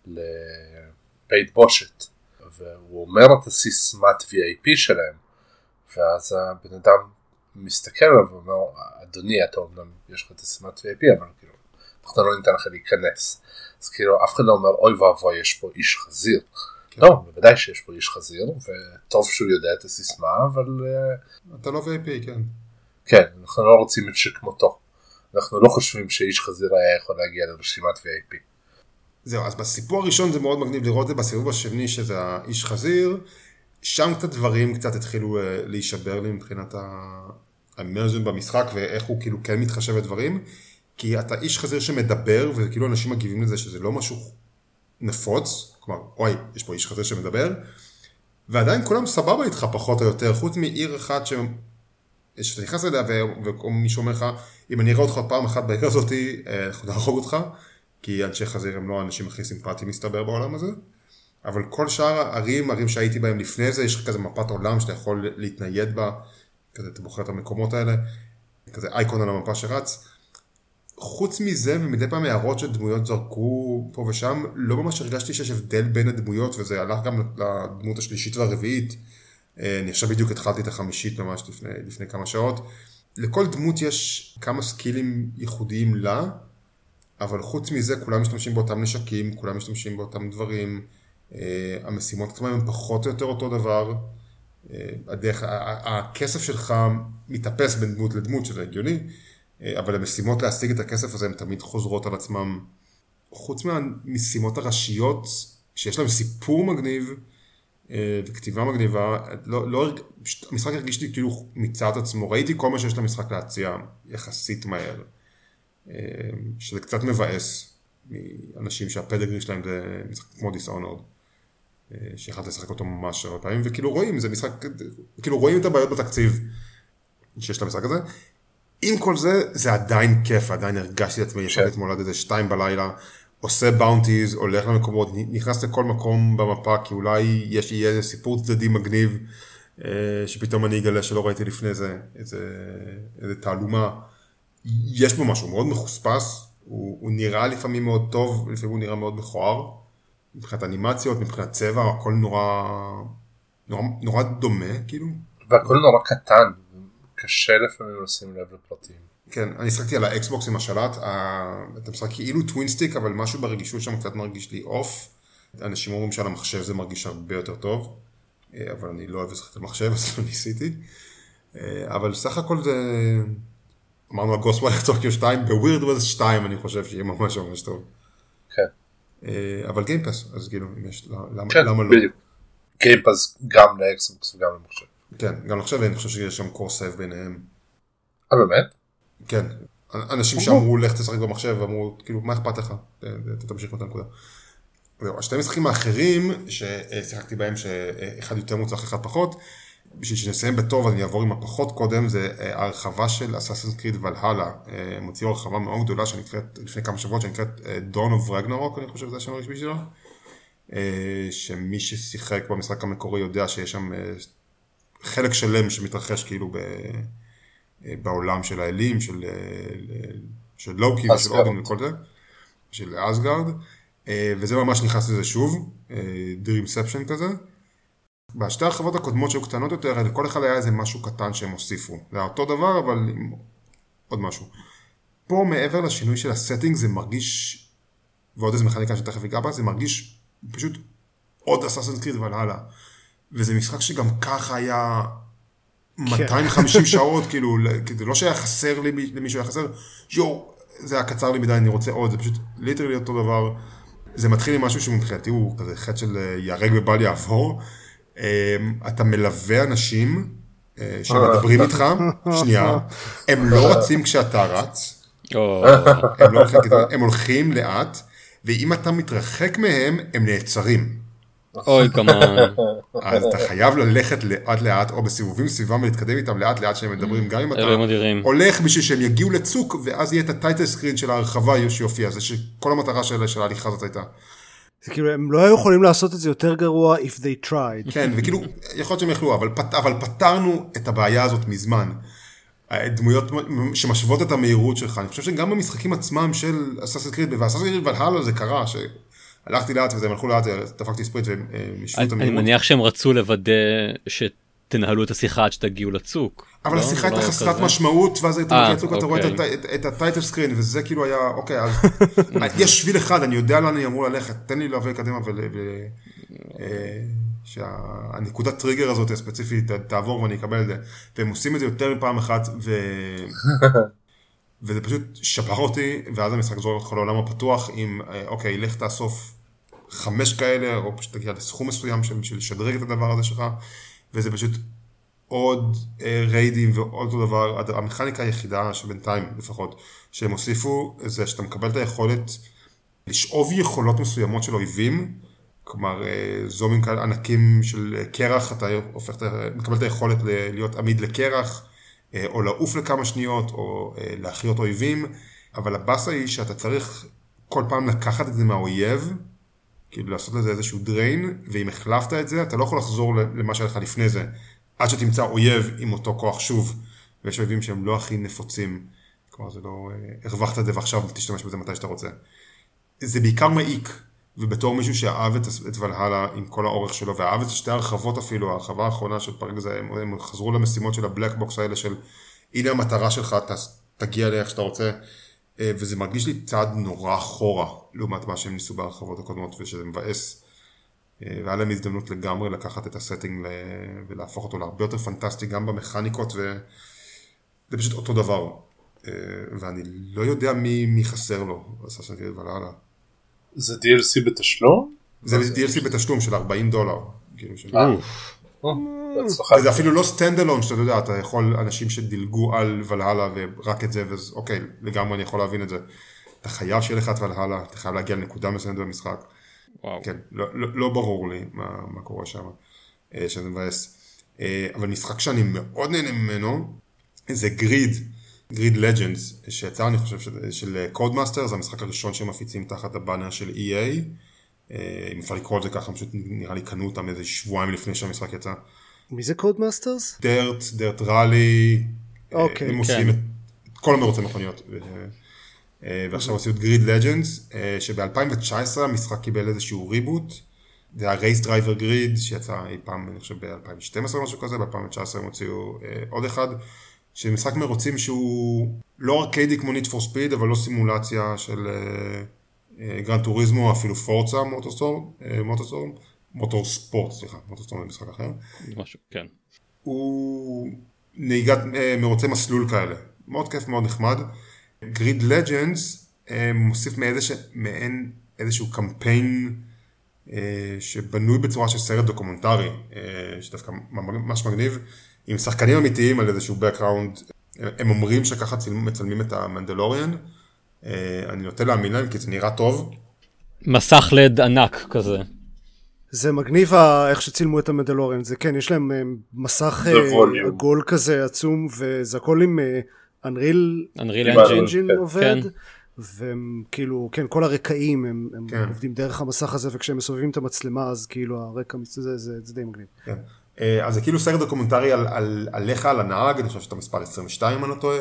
לבית בושת, והוא אומר את הסיסמת VIP שלהם, ואז הבן אדם מסתכל עליו ואומר, אדוני, אתה אומנם יש לך את הסיסמת VIP, אבל כאילו, אנחנו לא ניתן לך להיכנס. אז כאילו, אף אחד לא אומר, אוי ואבוי, יש פה איש חזיר. לא, בוודאי שיש פה איש חזיר, וטוב שהוא יודע את הסיסמה, אבל אתה לא VIP, כן. כן, אנחנו לא רוצים את שכמותו. אנחנו לא חושבים שאיש חזיר היה יכול להגיע לרשימת VIP. זהו, אז בסיפור הראשון זה מאוד מגניב לראות את זה, בסיבוב השני שזה האיש חזיר, שם קצת דברים קצת התחילו להישבר לי מבחינת האמרז'ן במשחק, ואיך הוא כאילו כן מתחשב בדברים, כי אתה איש חזיר שמדבר, וכאילו אנשים מגיבים לזה שזה לא משהו נפוץ, כלומר, אוי, יש פה איש חזיר שמדבר, ועדיין כולם סבבה איתך פחות או יותר, חוץ מעיר אחת שאתה נכנס אליה ומישהו אומר לך, אם אני אראה אותך פעם אחת בעיר הזאת, אנחנו נהרוג אותך, כי אנשי חזיר הם לא האנשים הכי סימפטיים מסתבר בעולם הזה, אבל כל שאר ערים שהייתי בהם לפני זה, יש לך כזה מפת עולם שאתה יכול להתנייד בה, כזה אתה בוחר את המקומות האלה, כזה אייקון על המפה שרץ. חוץ מזה, ומדי פעם הערות של דמויות זרקו פה ושם, לא ממש הרגשתי שיש הבדל בין הדמויות, וזה הלך גם לדמות השלישית והרביעית. אני עכשיו בדיוק התחלתי את החמישית ממש לפני כמה שעות. לכל דמות יש כמה סקילים ייחודיים לה, אבל חוץ מזה כולם משתמשים באותם נשקים, כולם משתמשים באותם דברים, המשימות כמה הם פחות או יותר אותו דבר, הכסף שלך מתאפס בין דמות לדמות, שזה הגיוני, אבל המשימות להשיג את הכסף הזה הן תמיד חוזרות על עצמם, חוץ מהמשימות הראשיות, שיש להם סיפור מגניב וכתיבה מגניבה, המשחק הרגיש לי כאילו מצד עצמו, ראיתי כל מה שיש למשחק להציע יחסית מהר, שזה קצת מבאס מאנשים שהפדגרי שלהם זה משחק כמו Dishonored, שיכולת לשחק אותו ממש הרבה פעמים, וכאילו רואים, זה משחק, כאילו רואים את הבעיות בתקציב שיש למשחק הזה. עם כל זה, זה עדיין כיף, עדיין הרגשתי את עצמי, ישבתי אתמול עד איזה 2 בלילה, עושה באונטיז, הולך למקומות, נכנס לכל מקום במפה, כי אולי יהיה איזה סיפור צדדי מגניב, שפתאום אני אגלה שלא ראיתי לפני זה, איזה תעלומה. יש בו משהו מאוד מחוספס, הוא נראה לפעמים מאוד טוב, לפעמים הוא נראה מאוד מכוער, מבחינת אנימציות, מבחינת צבע, הכל נורא דומה, כאילו. והכל נורא קטן, קשה לפעמים לשים לב לפרטים. כן, אני שחקתי על האקסבוקס עם השלט, אתה משחק כאילו טווינסטיק, אבל משהו ברגישות שם קצת מרגיש לי אוף. אנשים אומרים שעל המחשב זה מרגיש הרבה יותר טוב, אבל אני לא אוהב לשחק על מחשב, אז לא ניסיתי. אבל סך הכל זה, אמרנו הגוסטווייר טוקיו 2, בווירד וויז 2 אני חושב שיהיה ממש ממש טוב. כן. אבל גיימפס, אז כאילו, כן, למה לא? בדיוק. גיימפס גם לאקסבוקס וגם למחשב. כן, גם לחשב, אני חושב שיש שם קור סייב ביניהם. באמת? כן, אנשים שאמרו לך תשחק במחשב, ואמרו, כאילו, מה אכפת לך? אתה תמשיך מאותה נקודה. השתי משחקים האחרים ששיחקתי בהם, שאחד יותר מוצלח, אחד פחות, בשביל שנסיים בטוב, אני אעבור עם הפחות קודם, זה הרחבה של Assassin's Creed Valhalla. הם הוציאו הרחבה מאוד גדולה, שנקראת, לפני כמה שבועות, שנקראת Dawn of Ragnarok, אני חושב שזה השם הרשמי שלו. שמי ששיחק במשחק המקורי יודע שיש שם חלק שלם שמתרחש כאילו בעולם של האלים, של לוקי ושל אודין וכל זה, של אסגרד, וזה ממש נכנס לזה שוב, דרימספשן כזה. בשתי הרחבות הקודמות שהיו קטנות יותר, לכל אחד היה איזה משהו קטן שהם הוסיפו. זה היה אותו דבר, אבל עם עוד משהו. פה מעבר לשינוי של הסטינג זה מרגיש, ועוד איזה מכניקה שתכף ייגע בה, זה מרגיש פשוט עוד Assassin's Creed Valhalla. וזה משחק שגם ככה היה 250 שעות, כאילו, זה לא שהיה חסר למישהו, היה חסר, זה היה קצר לי מדי, אני רוצה עוד, זה פשוט ליטרלי אותו דבר. זה מתחיל עם משהו שמבחינתי הוא כזה חטא של ירג ובל יעבור. אתה מלווה אנשים שמדברים איתך, שנייה, הם לא רצים כשאתה רץ, הם הולכים לאט, ואם אתה מתרחק מהם, הם נעצרים. אוי, כמה. אז אתה חייב ללכת לאט לאט, או בסיבובים סביבם ולהתקדם איתם לאט לאט שהם מדברים, גם אם אתה הולך בשביל שהם יגיעו לצוק, ואז יהיה את הטייטל סקרין של ההרחבה שיופיע, זה שכל המטרה של ההליכה הזאת הייתה. זה כאילו, הם לא היו יכולים לעשות את זה יותר גרוע if they tried. כן, וכאילו, יכול להיות שהם יכלו, אבל פתרנו את הבעיה הזאת מזמן. דמויות שמשוות את המהירות שלך, אני חושב שגם במשחקים עצמם של Assassin's Creed, ו-Assassin's Creed Valhalla זה קרה, הלכתי לאט וזה, הם הלכו לאט, דפקתי ספריט והם משפו את המהירות. אני מניח שהם רצו לוודא שתנהלו את השיחה עד שתגיעו לצוק. אבל השיחה הייתה חסרת משמעות, ואז אתה מגיע לצוק, אתה רואה את הטייטל סקרין, וזה כאילו היה, אוקיי, אז יש שביל אחד, אני יודע לאן אני אמור ללכת, תן לי להביא קדימה, שהנקודת טריגר הזאת הספציפית תעבור ואני אקבל את זה, והם עושים את זה יותר מפעם אחת, וזה פשוט שבר אותי, ואז המשחק זורק אותך לעולם הפתוח עם, אוקיי, לך תאסוף 5 כאלה, או פשוט תגיע לסכום מסוים בשביל לשדרג את הדבר הזה שלך, וזה פשוט עוד ריידים ועוד אותו דבר. המכניקה היחידה שבינתיים לפחות, שהם הוסיפו, זה שאתה מקבל את היכולת לשאוב יכולות מסוימות של אויבים, כלומר, זומים כאלה ענקים של קרח, אתה מקבל את היכולת להיות עמיד לקרח, או לעוף לכמה שניות, או להחיות אויבים, אבל הבאסה היא שאתה צריך כל פעם לקחת את זה מהאויב, כאילו לעשות לזה איזשהו דריין, ואם החלפת את זה, אתה לא יכול לחזור למה שהיה לך לפני זה, עד שתמצא אויב עם אותו כוח שוב, ויש אויבים שהם לא הכי נפוצים, כלומר זה לא, הרווחת את זה ועכשיו תשתמש בזה מתי שאתה רוצה. זה בעיקר מעיק, ובתור מישהו שאהב את ולהלה עם כל האורך שלו, ואהב את שתי הרחבות אפילו, הרחבה האחרונה של פרק זה, הם חזרו למשימות של הבלק בוקס האלה של, הנה המטרה שלך, תגיע לאיך שאתה רוצה, וזה מרגיש לי צעד נורא אחורה, לעומת מה שהם ניסו בהרחבות הקודמות, ושזה מבאס, והיה להם הזדמנות לגמרי לקחת את הסטינג ולהפוך אותו להרבה יותר פנטסטי, גם במכניקות, וזה פשוט אותו דבר, ואני לא יודע מי חסר לו, אסאסינס קריד ולהלה. זה DLC בתשלום? זה DLC בתשלום של $40, כאילו של... בהצלחה. זה אפילו לא סטנדלון, שאתה יודע, אתה יכול, אנשים שדילגו על ולהלה ורק את זה, אוקיי, לגמרי אני יכול להבין את זה. אתה חייב שיהיה לך את ולהלה, אתה חייב להגיע לנקודה מסוימת במשחק. כן, לא ברור לי מה קורה שם, שזה מבאס. אבל משחק שאני מאוד נהנה ממנו, זה גריד לג'נדס, שיצא אני חושב של קודמאסטר, זה המשחק הראשון שהם מפיצים תחת הבאנר של EA, אם אפשר לקרוא את זה ככה, פשוט נראה לי קנו אותם איזה שבועיים לפני שהמשחק יצא. מי זה קודמאסטרס? דרט ראלי, אוקיי, הם עושים את כל המרוצי מכוניות, ועכשיו עושים את גריד לג'נדס, שב-2019 המשחק קיבל איזשהו ריבוט, זה היה רייס דרייבר גריד, שיצא אי פעם, אני חושב ב-2012 או משהו כזה, ב-2019 הם הוציאו עוד אחד, שמשחק מרוצים שהוא לא ארקיידי כמו ניד פור ספיד, אבל לא סימולציה של גרן טוריזמו, אפילו פורצה מוטורספורט, מוטורספורט זה משחק אחר. משהו, כן. הוא נהיגת מרוצי מסלול כאלה. מאוד כיף, מאוד נחמד. גריד לג'נדס מוסיף מעין איזשהו קמפיין שבנוי בצורה של סרט דוקומנטרי, שדווקא ממש מגניב, עם שחקנים אמיתיים על איזשהו background. הם אומרים שככה מצלמים את המנדלוריאן. אני נוטה להאמין להם כי זה נראה טוב. מסך לד ענק כזה. זה מגניב איך שצילמו את המנדלוריאן. זה כן, יש להם מסך עגול כזה עצום, וזה הכל עם Unreal Engine עובד. והם כאילו, כן, כל הרקעים הם עובדים דרך המסך הזה, וכשהם מסובבים את המצלמה, אז כאילו הרקע זה די מגניב. כן. אז זה כאילו סרט דוקומנטרי עליך, על הנהג, אני חושב שאתה מספר 22 אני לא טועה,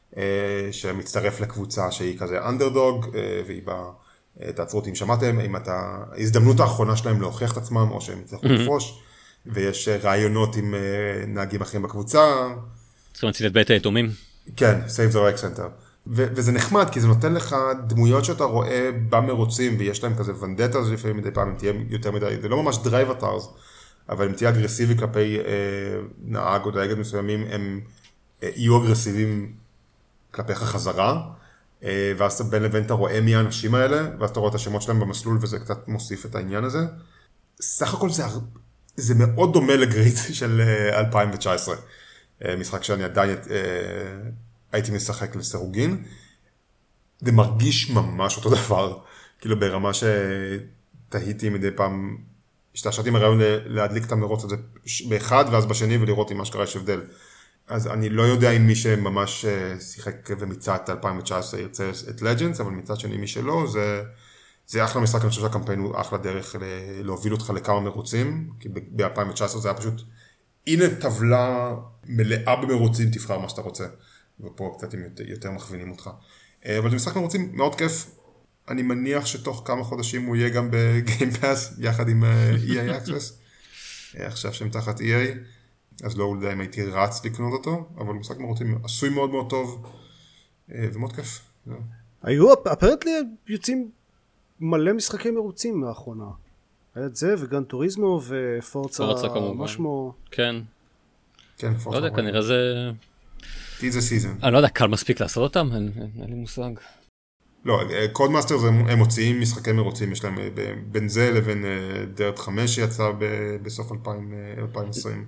שמצטרף לקבוצה שהיא כזה אנדרדוג, והיא באה, תעצרו אותי אם שמעתם, אם ההזדמנות האחרונה שלהם להוכיח את עצמם, או שהם יצטרכו לפרוש, ויש רעיונות עם נהגים אחרים בקבוצה. צריכים להציל את בית היתומים. כן, Save the Wreck Center. וזה נחמד, כי זה נותן לך דמויות שאתה רואה במרוצים, ויש להם כזה ונדטה, לפעמים מדי פעם, אם תהיה יותר מדי, זה לא ממש דרייב-אטארס, אבל אם תהיה אגרסיבי כלפי נהג או דייגת מסוימים, הם יהיו אגרסיביים כלפיך חזרה, ואז בין לבין אתה רואה מי האנשים האלה, ואז אתה רואה את השמות שלהם במסלול, וזה קצת מוסיף את העניין הזה. סך הכל זה מאוד דומה לגריד של 2019, משחק שאני עדיין הייתי משחק לסירוגין. זה מרגיש ממש אותו דבר, כאילו ברמה שתהיתי מדי פעם, השתעשעתי עם הרעיון להדליק את המרוץ הזה באחד, ואז בשני ולראות אם מה שקרה יש הבדל. אז אני לא יודע אם מי שממש שיחק ומיצה את 2019 ירצה את לג'נדס, אבל מצד שני מי שלא, זה אחלה משחק, אני חושב שהקמפיין הוא אחלה דרך להוביל אותך לכמה מרוצים, כי ב-2019 זה היה פשוט, הנה טבלה מלאה במרוצים, תבחר מה שאתה רוצה, ופה קצת הם יותר מכווינים אותך. אבל זה משחק מרוצים מאוד כיף, אני מניח שתוך כמה חודשים הוא יהיה גם בגיימפאס, יחד עם EA Access, עכשיו שהם תחת EA, אז לא יודע אם הייתי רץ לקנות אותו, אבל משחק מרוצים עשוי מאוד מאוד טוב, ומאוד כיף. היו, אפרנטלי יוצאים מלא משחקי מרוצים מאחרונה. היה את זה, וגן טוריזמו, ופורצה משמו. כן. כן, פורצה. לא יודע, כנראה זה... זה סיזן. אני לא יודע, קל מספיק לעשות אותם, אין לי מושג. לא, קודמאסטרס הם מוציאים משחקי מרוצים, יש להם בין זה לבין דרט 5 שיצא בסוף 2020.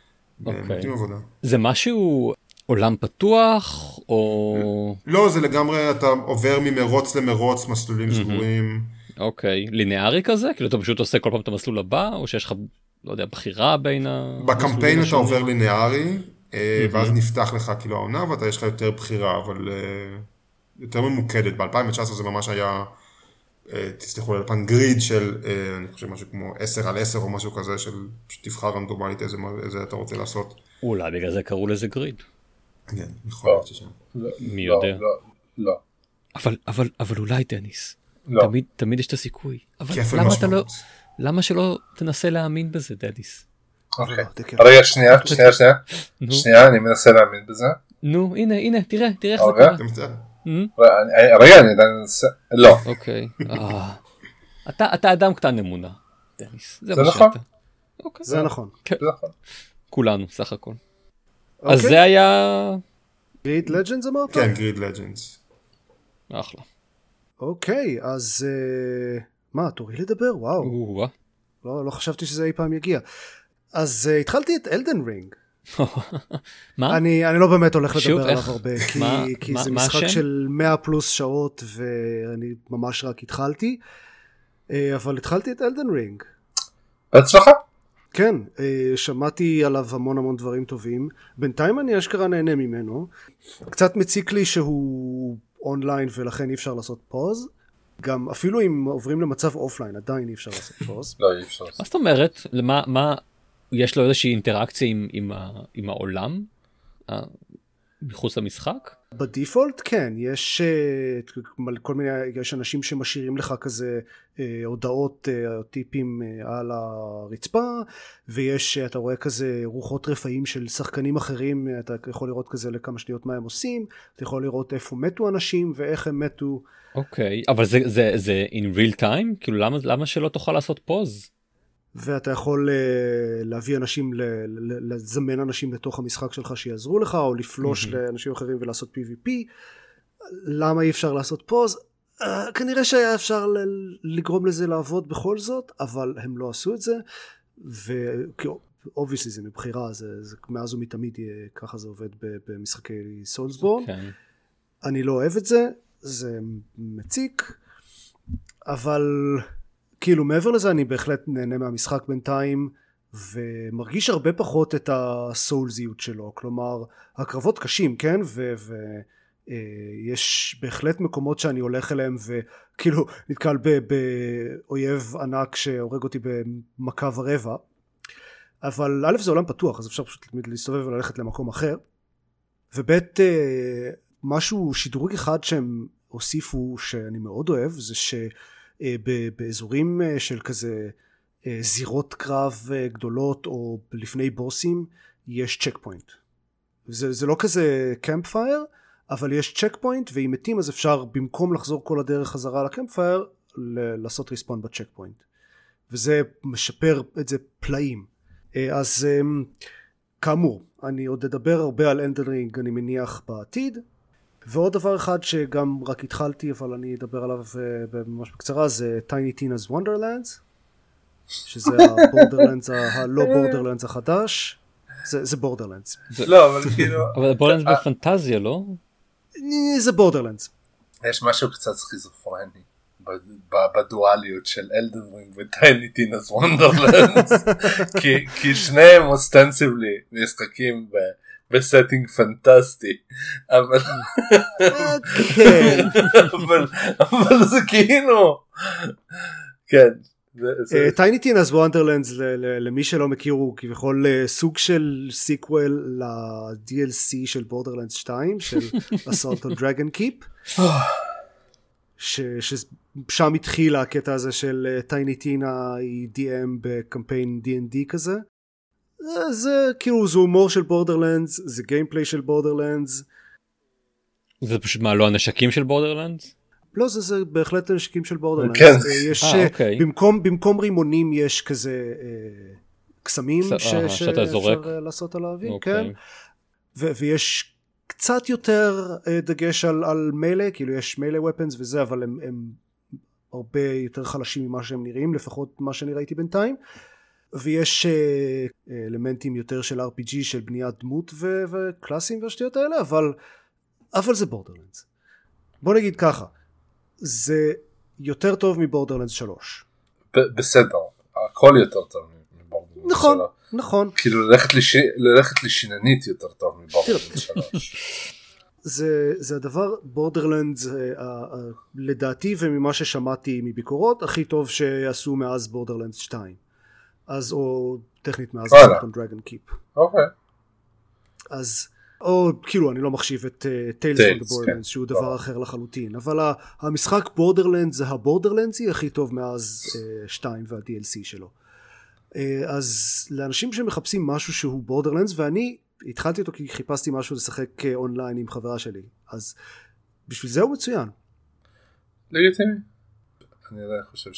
זה משהו עולם פתוח או... לא, זה לגמרי, אתה עובר ממרוץ למרוץ, מסלולים סגורים. אוקיי, לינארי כזה? כאילו אתה פשוט עושה כל פעם את המסלול הבא, או שיש לך, לא יודע, בחירה בין המסלולים? בקמפיין אתה עובר לינארי, ואז נפתח לך כאילו העונה, ואתה יש לך יותר בחירה, אבל יותר ממוקדת. ב-2019 זה ממש היה, תסתכלו על פן גריד של, אני חושב משהו כמו 10/10 או משהו כזה, של שתבחר רנדומלית איזה אתה רוצה לעשות. אולי בגלל זה קראו לזה גריד. כן, יכול להיות ששם. מי יודע? לא. אבל אולי דניס. לא. תמיד יש את הסיכוי. אבל כפל למה אתה לא... משמעות. למה שלא תנסה להאמין בזה, דניס? אוקיי. רגע, שנייה. נו. שנייה, אני מנסה להאמין בזה. נו, הנה, תראה איך זה אוקיי. קורה. זה מצטער. רגע, אני עדיין מנסה. לא. אוקיי. אתה אדם קטן אמונה, דניס. זה מה נכון. שאתה. אוקיי. זה נכון. כן. זה נכון. כולנו, סך הכל. אז אוקיי. זה היה... גריד לג'נדס אמרת? כן, גריד לג'נדס. אחלה. אוקיי, אז מה, תורי לדבר? וואו. לא חשבתי שזה אי פעם יגיע. אז התחלתי את אלדן רינג. מה? אני לא באמת הולך שוב, לדבר עליו איך? הרבה, כי מה זה השם? משחק של 100 פלוס שעות, ואני ממש רק התחלתי, אבל התחלתי את אלדן רינג. בהצלחה. כן, שמעתי עליו המון דברים טובים, בינתיים אני אשכרה נהנה ממנו, קצת מציק לי שהוא אונליין ולכן אי אפשר לעשות פוז, גם אפילו אם עוברים למצב אופליין עדיין אי אפשר לעשות פוז. לא, אי אפשר. מה זאת אומרת? מה... יש לו איזושהי אינטראקציה עם העולם? מחוץ למשחק? בדיפולט כן, יש כל מיני, יש אנשים שמשאירים לך כזה הודעות או טיפים על הרצפה, ויש, אתה רואה כזה רוחות רפאים של שחקנים אחרים, אתה יכול לראות כזה לכמה שניות מה הם עושים, אתה יכול לראות איפה מתו אנשים ואיך הם מתו. אוקיי, אבל זה in real time? כאילו למה שלא תוכל לעשות פוז? ואתה יכול להביא אנשים, לזמן אנשים לתוך המשחק שלך שיעזרו לך, או לפלוש לאנשים אחרים ולעשות PvP. למה אי אפשר לעשות פוז? כנראה שהיה אפשר לגרום לזה לעבוד בכל זאת, אבל הם לא עשו את זה, obviously זה מבחירה, זה מאז ומתמיד ככה זה עובד במשחקי סולסבורן. אני לא אוהב את זה, זה מציק, אבל... כאילו מעבר לזה אני בהחלט נהנה מהמשחק בינתיים ומרגיש הרבה פחות את הסולזיות שלו, כלומר הקרבות קשים, כן, ויש בהחלט מקומות שאני הולך אליהם וכאילו נתקל באויב ענק שהורג אותי במכה ורבע, אבל א' זה עולם פתוח אז אפשר פשוט להסתובב וללכת למקום אחר, וב' משהו שדרוג אחד שהם הוסיפו שאני מאוד אוהב זה באזורים של כזה זירות קרב גדולות או לפני בוסים יש צ'ק פוינט. זה לא כזה קמפ פייר, אבל יש צ'ק פוינט, ואם מתים אז אפשר במקום לחזור כל הדרך חזרה לקמפ פייר לעשות ריספון בצ'ק פוינט, וזה משפר את זה פלאים. אז כאמור אני עוד אדבר הרבה על אלדן רינג אני מניח בעתיד, ועוד דבר אחד שגם רק התחלתי אבל אני אדבר עליו ממש בקצרה, זה Tiny Tina's Wonderlands, שזה הבורדרלנדס, הלא בורדרלנדס החדש, זה בורדרלנדס. לא, אבל כאילו... אבל בורדרלנדס בפנטזיה, לא? זה בורדרלנדס. יש משהו קצת סכיזופרני בדואליות של אלדן רינג וטייני טינא's וונדרלנדס, כי שניהם אוסטנסיבלי משחקים בסטינג פנטסטי, אבל זה כאילו כן. טייני טינא's וונדרלנדס למי שלא מכיר הוא כביכול סוג של סיקוול ל-DLC של בורדרלנדס 2 של Assault on Dragon Keep, ששם התחיל הקטע הזה של טייני טינה היא DM בקמפיין D&D כזה. זה כאילו זה הומור של בורדרלנדס, זה גיימפליי של בורדרלנדס. זה פשוט מה, לא הנשקים של בורדרלנדס? לא, זה בהחלט הנשקים של בורדרלנדס. כן. יש אוקיי. במקום רימונים יש כזה קסמים שאפשר לעשות על האוויר, כן. ויש קצת יותר דגש על מיילה, כאילו יש מיילה ופנס וזה, אבל הם הרבה יותר חלשים ממה שהם נראים, לפחות מה שאני ראיתי בינתיים. ויש אלמנטים יותר של RPG, של בניית דמות וקלאסים והשטויות האלה, אבל זה בורדרלנדס. בוא נגיד ככה, זה יותר טוב מבורדרלנדס 3. בסדר, הכל יותר טוב מבורדרלנדס נכון, נכון. כאילו ללכת לשיננית יותר טוב מבורדרלנדס 3. זה הדבר, בורדרלנדס לדעתי וממה ששמעתי מביקורות הכי טוב שעשו מאז בורדרלנדס 2, אז או טכנית מאז דרגון קיפ. אוקיי. אז או כאילו אני לא מחשיב את טיילס פרום דה בורדרלנדס שהוא דבר אחר לחלוטין, אבל המשחק בורדרלנדס זה הבורדרלנדסי הכי טוב מאז 2 וה-DLC שלו. אז לאנשים שמחפשים משהו שהוא בורדרלנדס, ואני התחלתי אותו כי חיפשתי משהו לשחק אונליין עם חברה שלי, אז בשביל זה הוא מצוין. לגיטימי. אני חושב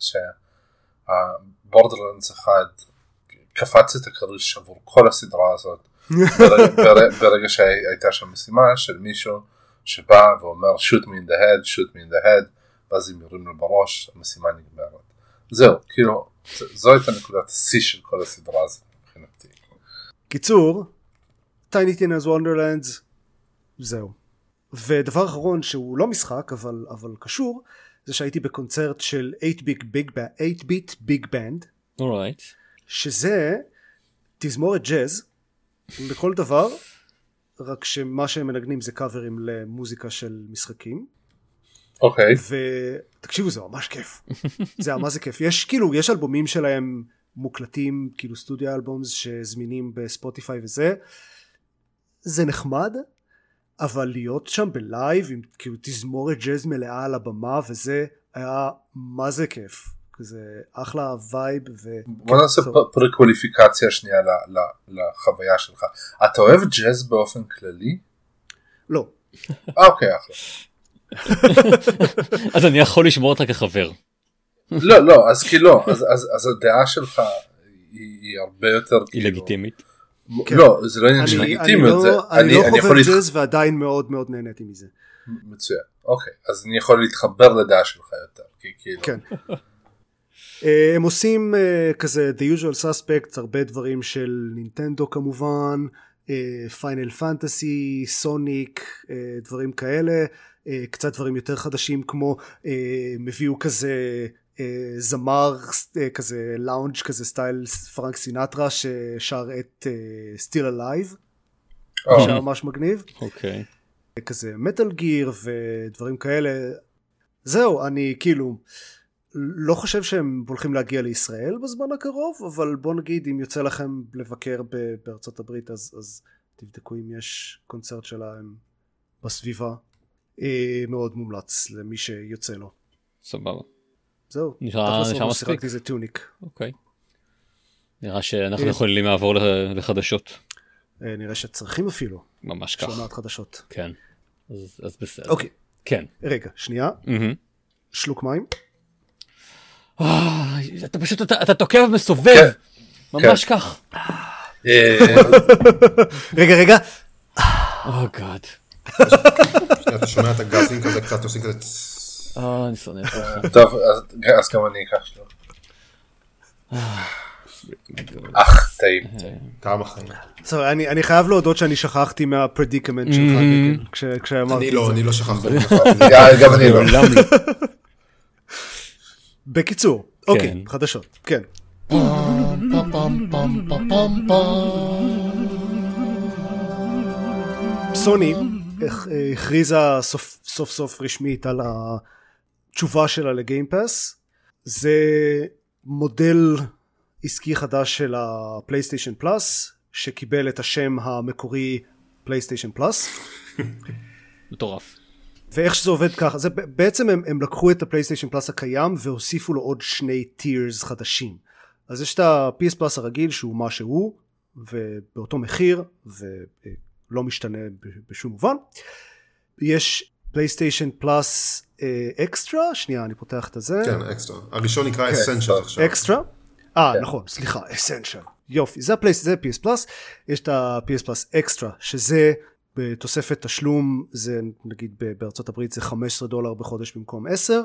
שהבורדרלנדס 1 קפץ את הכריש עבור כל הסדרה הזאת ברגע שהייתה שם משימה של מישהו שבא ואומר shoot me in the head, shoot me in the head, ואז אם יורים לו בראש המשימה נגמרת. זהו, כאילו זו הייתה נקודת השיא של כל הסדרה הזאת מבחינתי. קיצור, Tiny Tina's Wonderlands, זהו. ודבר אחרון שהוא לא משחק אבל קשור, זה שהייתי בקונצרט של 8-Bit Big Band, Alright. שזה תזמורת ג'אז לכל דבר, רק שמה שהם מנגנים זה קאברים למוזיקה של משחקים. אוקיי. ותקשיבו, זה ממש כיף. זה ממש כיף. יש אלבומים שלהם מוקלטים, כאילו סטודיו אלבומס שזמינים בספוטיפיי וזה. זה נחמד, אבל להיות שם בלייב עם כאילו תזמורת ג'אז מלאה על הבמה וזה היה מה זה כיף. כזה אחלה וייב. בוא נעשה פרקווליפיקציה שנייה לחוויה שלך. אתה אוהב ג'אז באופן כללי? לא. אוקיי, אחלה. אז אני יכול לשמור אותך כחבר. לא, אז כי לא, אז הדעה שלך היא הרבה יותר היא לגיטימית. לא, זה לא עניין של לגיטימיות. אני לא חובר ג'אז ועדיין מאוד מאוד נהניתי מזה. מצוין, אוקיי, אז אני יכול להתחבר לדעה שלך יותר. כן. הם עושים כזה The Usual Suspects, הרבה דברים של נינטנדו כמובן, פיינל פנטסי, סוניק, דברים כאלה, קצת דברים יותר חדשים כמו מביאו כזה זמר כזה לאונג' כזה סטייל פרנק סינטרה ששר את Still Alive, שהיה ממש מגניב. אוקיי. כזה מטל גיר ודברים כאלה. זהו, אני כאילו לא חושב שהם הולכים להגיע לישראל בזמן הקרוב, אבל בוא נגיד אם יוצא לכם לבקר בארצות הברית אז תבדקו אם יש קונצרט שלהם בסביבה. מאוד מומלץ למי שיוצא לו. סבבה. זהו. נשאר מספיק. זה טוניק. אוקיי. נראה שאנחנו יכולים לעבור לחדשות. נראה שצריכים אפילו. ממש כך. שלונת חדשות. כן. אז בסדר. אוקיי. כן. רגע, שנייה. שלוק מים. אתה פשוט, אתה תוקע ומסובב. ממש כך. רגע. גאד. אתה שומע את הגזים כזה קצת, עושים כזה אני שונא לך. טוב, אז גם אני אקח שלו. טעים. כמה חיים. אני חייב להודות שאני שכחתי מהפרדיקמנט שלך כשאמרתי את זה. אני לא שכחתי. גם אני לא. בקיצור, אוקיי, חדשות, כן. סוני הכריזה סוף סוף רשמית על התשובה שלה לגיימפאס. זה מודל עסקי חדש של הפלייסטיישן פלאס שקיבל את השם המקורי פלייסטיישן פלאס. מטורף. ואיך שזה עובד ככה, זה בעצם הם לקחו את הפלייסטיישן פלאס הקיים והוסיפו לו עוד 2 טירס חדשים. אז יש את ה-PS פלאס הרגיל שהוא מה שהוא ובאותו מחיר ולא משתנה בשום מובן. יש פלייסטיישן פלאס אקסטרה, שנייה אני פותח את זה. כן, אקסטרה. הראשון נקרא אסנשל עכשיו. אקסטרה? נכון, סליחה, אסנשל. יופי, זה PS פלאס. יש את ה-PS פלאס אקסטרה שזה בתוספת תשלום, זה נגיד בארצות הברית זה $15 בחודש במקום 10,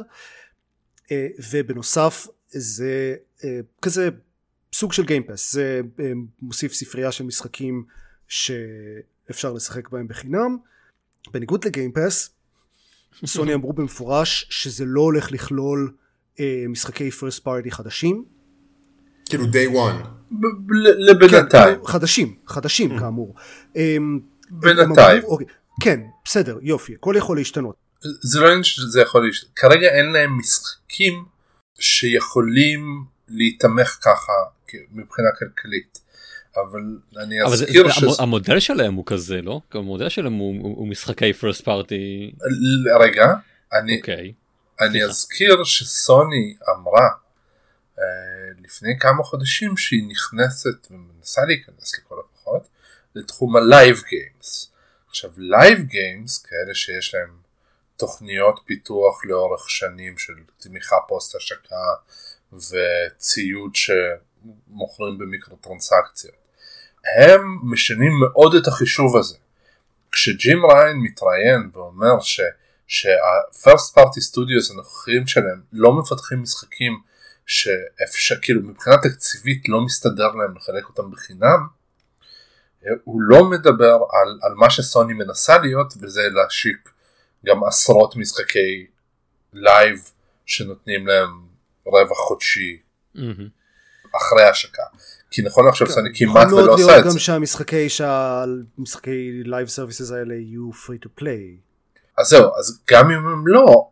ובנוסף זה כזה סוג של גיימפאס, זה מוסיף ספרייה של משחקים שאפשר לשחק בהם בחינם. בניגוד לגיימפאס, סוני אמרו במפורש שזה לא הולך לכלול משחקי first party חדשים. כאילו day one. לבינתיים. חדשים כאמור. בינתיים. כן, בסדר, יופי, הכל יכול להשתנות. זה לא עניין שזה יכול להשתנות. כרגע אין להם משחקים שיכולים להתמך ככה מבחינה כלכלית. אבל אני אזכיר המודל שלהם הוא כזה, לא? המודל שלהם הוא משחקי first party. רגע, אני אזכיר שסוני אמרה לפני כמה חודשים שהיא נכנסת ומנסה להיכנס לכל הפחות לתחום הלייב גיימס. עכשיו לייב גיימס כאלה שיש להם תוכניות פיתוח לאורך שנים של תמיכה פוסט השקה וציוד שמוכרים במיקרו טרנסקציות, הם משנים מאוד את החישוב הזה. כשג'ים ריין מתראיין ואומר שה-first party studios הנוכחים שלהם לא מפתחים משחקים שאפשר, כאילו מבחינה תקציבית לא מסתדר להם לחלק אותם בחינם, הוא לא מדבר על מה שסוני מנסה להיות, וזה להשיק גם עשרות משחקי לייב שנותנים להם רווח חודשי אחרי השקה. כי נכון עכשיו סוני כמעט ולא עושה את זה. גם שהמשחקי לייב סרוויסס האלה יהיו free to play. אז זהו, אז גם אם הם לא,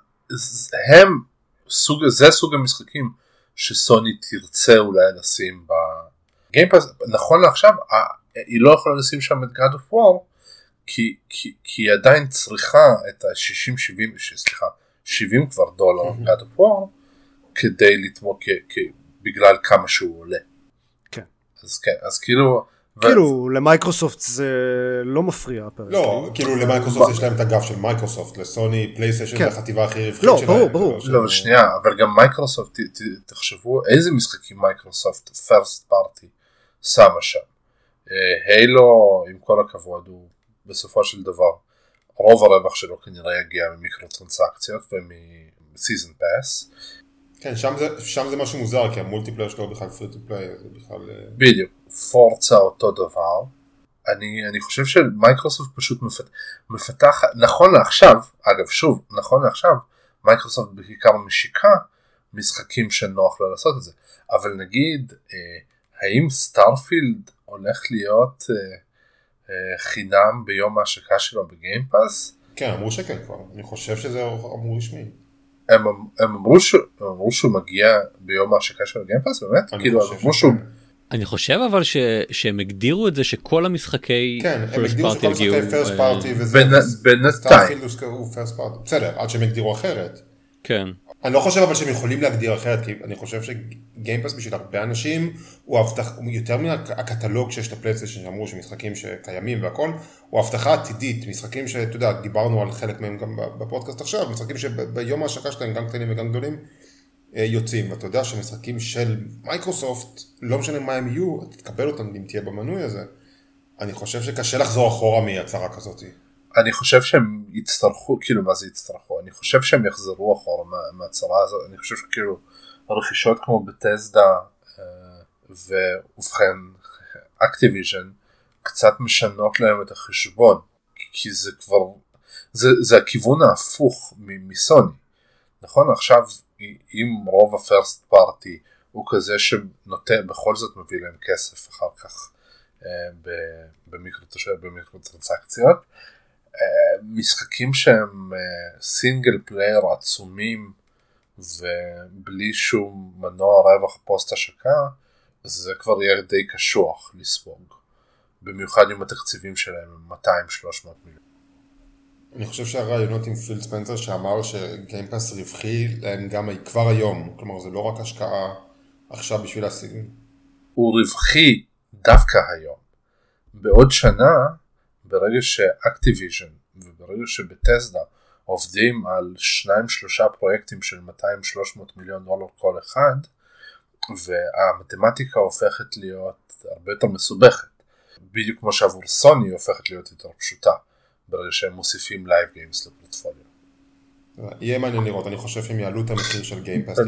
זה סוג המשחקים שסוני תרצה אולי לשים בגיימפאס. נכון לעכשיו היא לא יכולה לשים שם את God of War כי היא עדיין צריכה את $70 כבר God of War כדי לתמוך בגלל כמה שהוא עולה. כן. אז כאילו למייקרוסופט זה לא מפריע. לא, כאילו למייקרוסופט יש להם את הגב של מייקרוסופט, לסוני פלייסטיישן זה החטיבה הכי רווחית שלהם. ברור. לא, שנייה, אבל גם מייקרוסופט, תחשבו איזה משחקים מייקרוסופט first party שמה שם. הילו, עם כל הכבוד, הוא בסופו של דבר, רוב הרווח שלו כנראה יגיע ממיקרו טרנסקציות ומסיזן פאס. כן, שם זה משהו מוזר, כי המולטיפלייר שלו בכלל פרי טו פליי, זה בכלל... בדיוק, פורצה אותו דבר. אני חושב שמייקרוסופט פשוט מפתח, נכון לעכשיו, אגב שוב, נכון לעכשיו, מייקרוסופט בעיקר משיקה משחקים שנוח לה לעשות את זה. אבל נגיד, האם סטארפילד הולך להיות חינם ביום ההשקה שלו בגיימפאס? כן, אמרו שכן כבר, אני חושב שזה אמרו רשמי. הם אמרו שהוא מגיע ביום ההשקה של הגיימפאס, באמת? אני חושב אבל שהם הגדירו את זה שכל המשחקי כן, הם הגדירו שכל המשחקי פרסט פארטי בינתיים הוא פרסט פארטי, בסדר, עד שהם הגדירו אחרת. כן. אני לא חושב אבל שהם יכולים להגדיר אחרת, כי אני חושב שגיימפאס בשביל הרבה אנשים הוא יותר מהקטלוג שיש לפלייסטיישן שאמרו שמשחקים שקיימים והכל, הוא הבטחה עתידית, משחקים שאתה יודע, דיברנו על חלק מהם גם בפודקאסט עכשיו, משחקים שביום ההשקה שלהם גם קטנים וגם גדולים יוצאים, ואתה יודע שמשחקים של מייקרוסופט, לא משנה מה הם יהיו, תקבל אותם אם תהיה במנוי הזה. אני חושב שקשה לחזור אחורה מהצהרה כזאת. אני חושב שהם יצטרכו, כאילו מה זה יצטרכו? אני חושב שהם יחזרו אחורה מהצהרה הזאת, אני חושב שכאילו הרכישות כמו בתסדה ובכן אקטיביז'ן קצת משנות להם את החשבון, כי זה כבר, זה הכיוון ההפוך מסוני. נכון, עכשיו אם רוב הפרסט פארטי הוא כזה שנותן, בכל זאת מביא להם כסף אחר כך במיקרו טרנסקציות, משחקים שהם סינגל פלייר עצומים ובלי שום מנוע רווח פוסט השקה, זה כבר יהיה די קשוח לספוג, במיוחד עם התקציבים שלהם 200-300 מיליון. אני חושב שהרעיונות עם פיל ספנסר שאמר שגיימפאס רווחי להם גם כבר היום, כלומר זה לא רק השקעה עכשיו בשביל להשיג. הוא רווחי דווקא היום. בעוד שנה, ברגע שאקטיביז'ן וברגע שבתסדה עובדים על 2-3 פרויקטים של 200-300 מיליון דולר כל אחד, והמתמטיקה הופכת להיות הרבה יותר מסובכת, בדיוק כמו שעבור סוני הופכת להיות יותר פשוטה. ברגע שהם מוסיפים לייב גיימס לפלטפוליו. יהיה מעניין לראות, אני חושב שהם יעלו את המחיר של גיימפאס.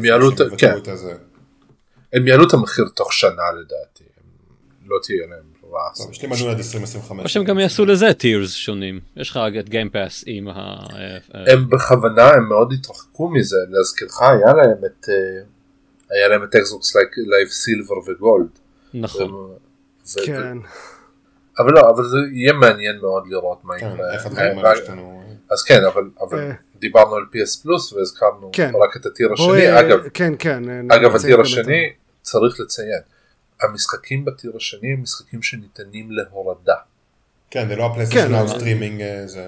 הם יעלו את המחיר תוך שנה לדעתי, לא תהיה להם רעה. יש לי מנוי עד 2025. או שהם גם יעשו לזה טירס שונים, יש לך את גיימפאס עם הם בכוונה, הם מאוד התרחקו מזה, להזכירך היה להם את היה להם את אקסבוקס לייב סילבר וגולד. נכון. כן. אבל לא, אבל זה יהיה מעניין מאוד לראות מה יקרה. איך הדברים האלה השתנו. אז כן, אבל דיברנו על PS פלוס והזכרנו רק את הטיר השני. אגב, הטיר השני צריך לציין. המשחקים בטיר השני הם משחקים שניתנים להורדה. כן, זה לא הפלייסטיישן נאו סטרימינג.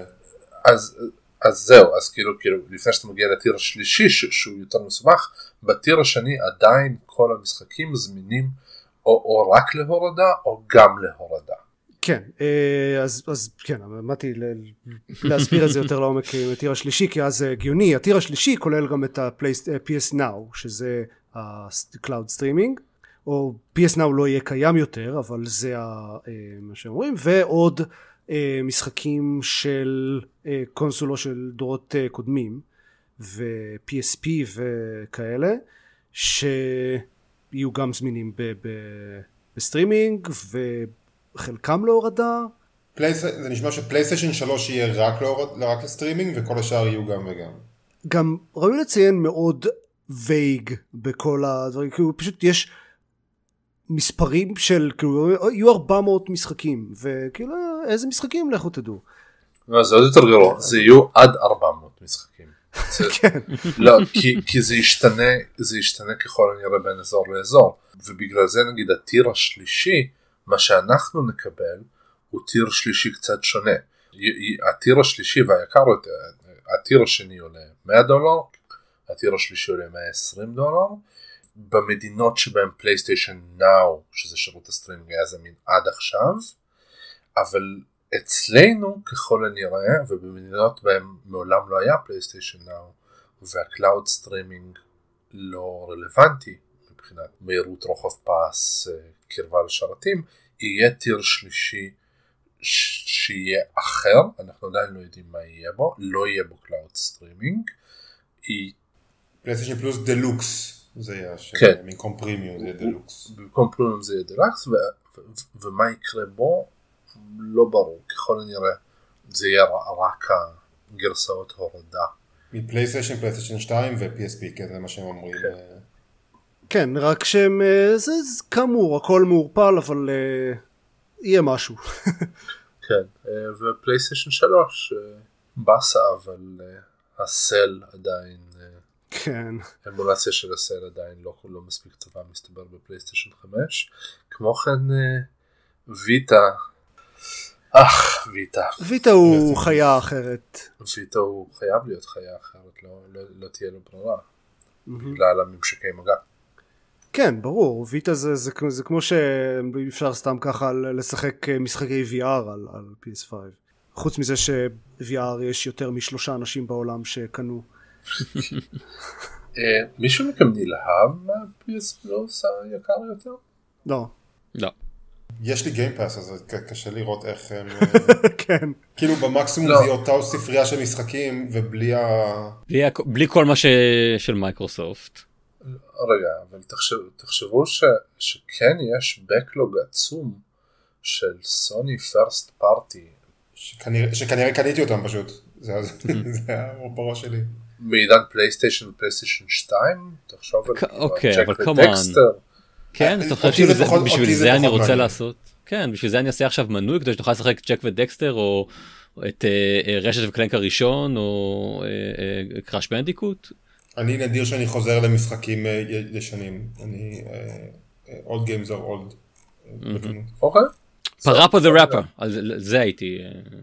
אז זהו, אז כאילו לפני שאתה מגיע לטיר השלישי שהוא יותר מסובך, בטיר השני עדיין כל המשחקים זמינים או רק להורדה או גם להורדה. כן, אז כן, אמרתי להסביר את זה יותר לעומק עם הטיר השלישי, כי אז זה הגיוני. הטיר השלישי כולל גם את ה-PS Now, שזה ה-Cloud Streaming, או PS Now לא יהיה קיים יותר, אבל זה מה שאומרים, ועוד משחקים של קונסולו של דורות קודמים, ו-PSP וכאלה, שיהיו גם זמינים בסטרימינג, וחלקם להורדה. זה נשמע שפלייסטיישן 3 יהיה רק לסטרימינג, וכל השאר יהיו גם וגם. גם ראוי לציין מאוד וייג בכל הדברים, כי פשוט יש מספרים של, כאילו, יהיו 400 משחקים, וכאילו, איזה משחקים לכו תדעו. זה עוד יותר גרוע, זה יהיו עד 400 משחקים. כן. לא, כי זה ישתנה ככל הנראה בין אזור לאזור, ובגלל זה נגיד הטיר השלישי, מה שאנחנו נקבל, הוא טיר שלישי קצת שונה. הטיר השלישי והיקר יותר, הטיר השני עולה $100, הטיר השלישי עולה $120, במדינות שבהם פלייסטיישן נאו, שזה שירות הסטרימינג, היה זמין עד עכשיו, אבל אצלנו ככל הנראה, ובמדינות בהם מעולם לא היה פלייסטיישן נאו, והקלאוד סטרימינג לא רלוונטי, מבחינת מהירות רוחב פס, קרבה לשרתים, יהיה טיר שלישי שיהיה אחר, אנחנו עדיין לא יודעים מה יהיה בו, לא יהיה בו קלאוד סטרימינג, פלייסטיישן פלוס דלוקס. זה יהיה במקום פרימיום זה יהיה דלוקס. במקום פרימיום זה יהיה דלוקס, ומה יקרה בו לא ברור, ככל הנראה זה יהיה רק הגרסאות הורדה. מפלייסטיישן, פלייסטיישן 2 ו-PSP, כן, זה מה שהם אומרים. כן, רק שהם, זה כאמור, הכל מעורפל, אבל יהיה משהו. כן, ופלייסטיישן 3 בסה, אבל הסל עדיין, כן. האמולציה של הסל עדיין לא מספיק טובה, מסתבר בפלייסטיישן 5. כמו כן, ויטה, ויטה הוא חיה אחרת. ויטה הוא חייב להיות חיה אחרת, לא תהיה לו ברירה, בגלל הממשקי מגע. כן, ברור, ויטה זה כמו שאפשר סתם ככה לשחק משחקי VR על PS5. חוץ מזה ש-VR יש יותר מ3 אנשים בעולם שקנו. מישהו מכם נלהב מה-PS פלוס היקר יותר? לא. יש לי גיימפאס, אז קשה לראות איך הם... כן. כאילו במקסימום זה אותה ספרייה של משחקים, ובלי בלי כל מה של מייקרוסופט. רגע, אבל תחשבו שכן יש בקלוג עצום של סוני פרסט פארטי. שכנראה קניתי אותם פשוט. זה בראש שלי. מעידן פלייסטיישן ופלייסטיישן 2? תחשוב על אוקיי, אבל ג'ק ודקסטר. כן, אתה חושב שבשביל זה אני רוצה לעשות, כן, בשביל זה אני אעשה עכשיו מנוי, כדי שתוכל לשחק ג'ק ודקסטר, או את רשת וקלנק הראשון, או קראש בנדיקוט. אני נדיר שאני חוזר למשחקים ישנים, אני old games are old. אוקיי. פראפה the rapper, על זה הייתי,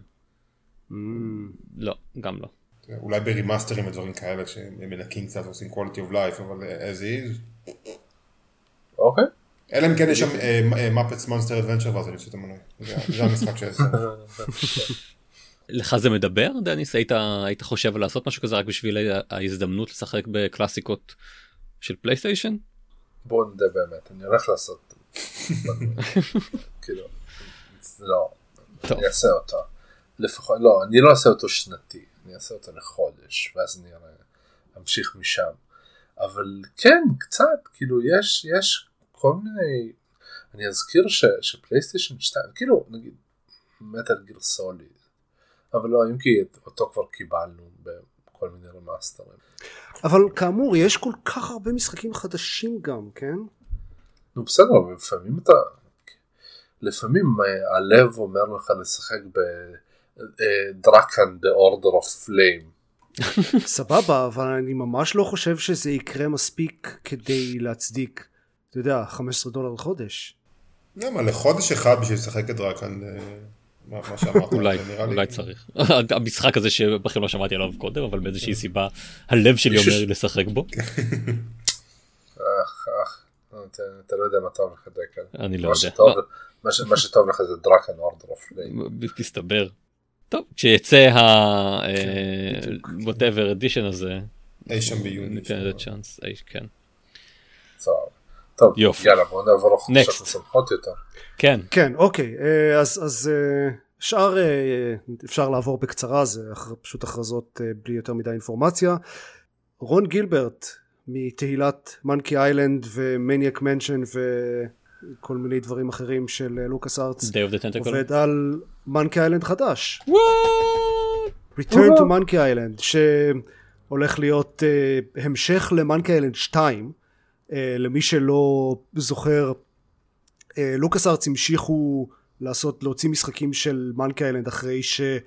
לא, גם לא. אולי ברימאסטרים ודברים כאלה, שמנקים קצת עושים quality of life, אבל as is. אוקיי. אלא אם כן יש שם Muppets Monster Adventure, ואז אני עושה את המנוי. זה המשחק שעשה. לך זה מדבר, דניס? היית חושב על לעשות משהו כזה רק בשביל ההזדמנות לשחק בקלאסיקות של פלייסטיישן? בואו נדע באמת, אני הולך לעשות. כאילו, לא, אני אעשה אותו. לפחות, לא, אני לא אעשה אותו שנתי, אני אעשה אותו לחודש, ואז אני אמשיך משם. אבל כן, קצת, כאילו, יש כל מיני, אני אזכיר שפלייסטיישן 2, כאילו, נגיד, מטל גיר סוליד, אבל לא, אם כי אותו כבר קיבלנו כל מיני רמאסטרים. אבל כאמור, יש כל כך הרבה משחקים חדשים גם, כן? נו בסדר, לפעמים הלב אומר לך לשחק בדרקן The Order of Flame. סבבה, אבל אני ממש לא חושב שזה יקרה מספיק כדי להצדיק, אתה יודע, $15 לחודש. למה, לחודש אחד בשביל לשחק את דרקן, מה שאמרת, אולי צריך. המשחק הזה שבכלל לא שמעתי עליו קודם, אבל באיזושהי סיבה הלב שלי אומר לשחק בו. אתה לא יודע מה טוב לך דקל. אני לא יודע. מה שטוב לך זה דרקן Order of Flame. תסתבר. טוב, כשיצא whatever edition הזה, אי שם ביוני. ניתן איזה צ'אנס, כן. טוב, יופי. יאללה, בואו נעבור לחדשות השמחות יותר. כן. כן, אוקיי, אז שאר אפשר לעבור בקצרה, זה פשוט הכרזות בלי יותר מדי אינפורמציה. רון גילברט מתהילת מנקי איילנד ומניאק מנשן וכל מיני דברים אחרים של לוקאס ארטס עובד על מנקי איילנד חדש. Return to Monkey Island, שהולך להיות המשך למנקי איילנד 2. למי שלא זוכר, לוקאס ארטס המשיכו להוציא משחקים של מנקי איילנד אחרי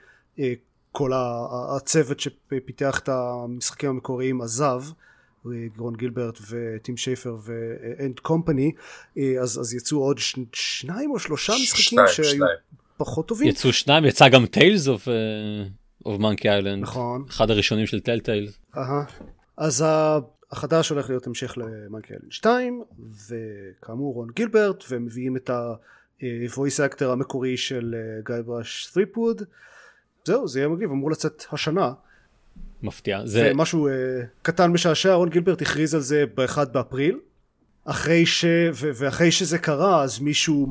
שכל הצוות שפיתח את המשחקים המקוריים עזב, רון גילברט וטים שייפר ואנד קומפני, אז יצאו עוד 2 או 3 משחקים שהיו פחות טובים. יצאו 2, יצא גם Tales of Monkey Island, נכון. אחד הראשונים של Telltale. אז החדש הולך להיות המשך למנקי איילנד 2, וכאמור רון גילברט, ומביאים את ה-voice actor המקורי של גייבראש ת'ריפווד. זהו, זה יהיה מגניב, אמור לצאת השנה. מפתיע. זה משהו קטן משעשע. רון גילברט הכריז על זה ב-1 באפריל, ואחרי שזה קרה, אז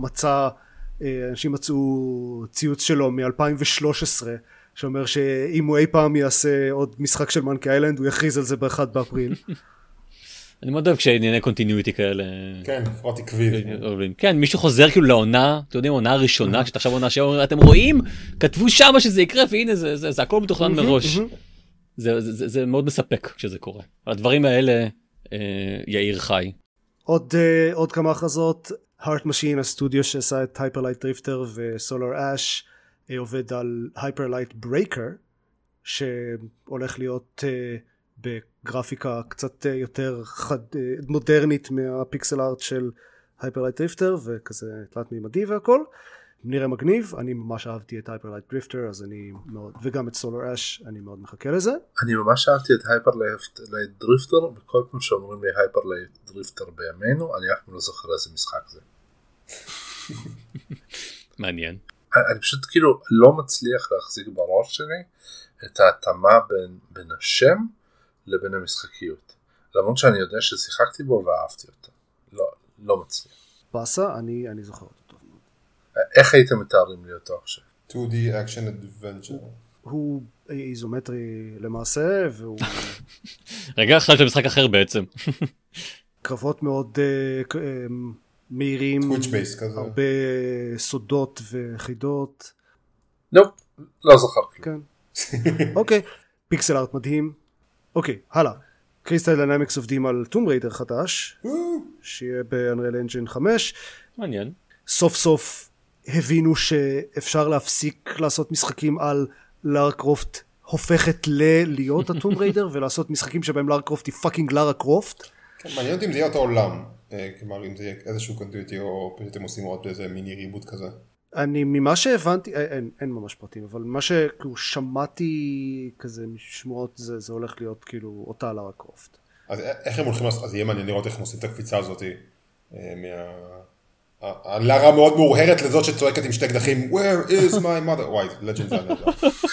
אנשים מצאו ציוץ שלו מ-2013, שאומר שאם הוא אי פעם יעשה עוד משחק של מנקי איילנד, הוא יכריז על זה ב-1 באפריל. אני מאוד אוהב כשענייני קונטיניוטי כאלה. כן, לפחות עקבי. כן, מישהו חוזר כאילו לעונה, אתם יודעים, עונה הראשונה, כשאתה עכשיו עונה אתם רואים, כתבו שמה שזה יקרה, והנה זה הכל מתוכנן מראש. זה מאוד מספק כשזה קורה. הדברים האלה יאיר חי. עוד כמה הכרזות. Heart Machine, הסטודיו שעשה את Hyper Light Drifter ו-Solar Ash, עובד על Hyper Light Breaker, שהולך להיות בגרפיקה קצת יותר מודרנית מהפיקסל ארט של Hyper Light Drifter, וכזה תלת מימדי והכל. נראה מגניב. אני ממש אהבתי את Hyper Light Drifter, אז אני מאוד, וגם את Solar Ash, אני מאוד מחכה לזה. אני ממש אהבתי את Hyper Light Drifter, וכל פעם שאומרים לי Hyper Light Drifter בימינו, אני אף פעם לא זוכר איזה משחק זה. מעניין. אני פשוט כאילו לא מצליח להחזיק בראש שלי את ההתאמה בין השם לבין המשחקיות. למרות שאני יודע ששיחקתי בו ואהבתי אותו. לא מצליח. פסה, אני זוכר אותו טוב מאוד. איך הייתם מתארים לי אותו עכשיו? 2D Action Adventure. הוא איזומטרי למעשה, והוא... רגע, עכשיו של משחק אחר בעצם. קרבות מאוד מהירים, הרבה סודות וחידות. לא זוכר כלום. כן. אוקיי, פיקסל ארט מדהים. אוקיי, הלאה. קריסטל דיינמיקס עובדים על טום ריידר חדש, שיהיה באנריאל אנג'ין 5. מעניין. סוף סוף הבינו שאפשר להפסיק לעשות משחקים על לארה קרופט הופכת להיות הטום ריידר, ולעשות משחקים שבהם לארה קרופט היא פאקינג לארה קרופט. כן, מעניין אותי אם זה יהיה אותו עולם, כלומר אם זה יהיה איזשהו קונטיניוטי, או פשוט הם עושים עוד איזה מיני ריבוט כזה. אני ממה שהבנתי, אין ממש פרטים, אבל מה ששמעתי כזה משמועות, זה הולך להיות כאילו אותה לארה קרופט. אז איך הם הולכים לעשות, אז יהיה מעניין לראות איך הם עושים את הקפיצה הזאת, הלארה מאוד מאורהרת לזאת שצועקת עם שתי קדחים, where is my mother, וואי, לג'נד זה הנדע.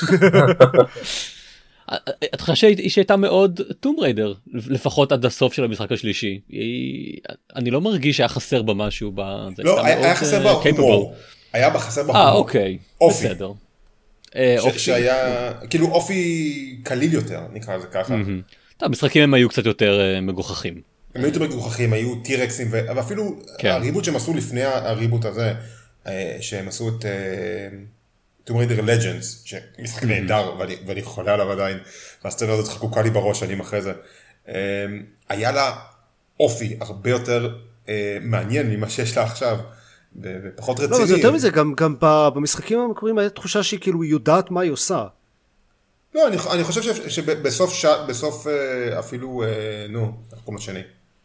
את חושב שהייתה מאוד טום ריידר, לפחות עד הסוף של המשחק השלישי. אני לא מרגיש שהיה חסר בה משהו. לא, היה חסר בה הומור. היה בה חסר בה הומור. אוקיי, אופי. בסדר. שהיה, כאילו אופי קליל יותר, נקרא לזה ככה. המשחקים הם היו קצת יותר מגוחכים. הם היו יותר מגוחכים, היו טירקסים, ואפילו הריבוט שהם עשו לפני הריבוט הזה, שהם עשו את Tomb Raider Legends, שמשחק נהדר, ואני חולה עליו עדיין, והסצנה הזאת חקוקה לי בראש שנים אחרי זה, היה לה אופי הרבה יותר מעניין ממה שיש לה עכשיו, ופחות רציני. לא, זה יותר מזה, גם במשחקים המקוריים הייתה תחושה שהיא כאילו יודעת מה היא עושה. לא, אני חושב שבסוף אפילו, איך קוראים לשני?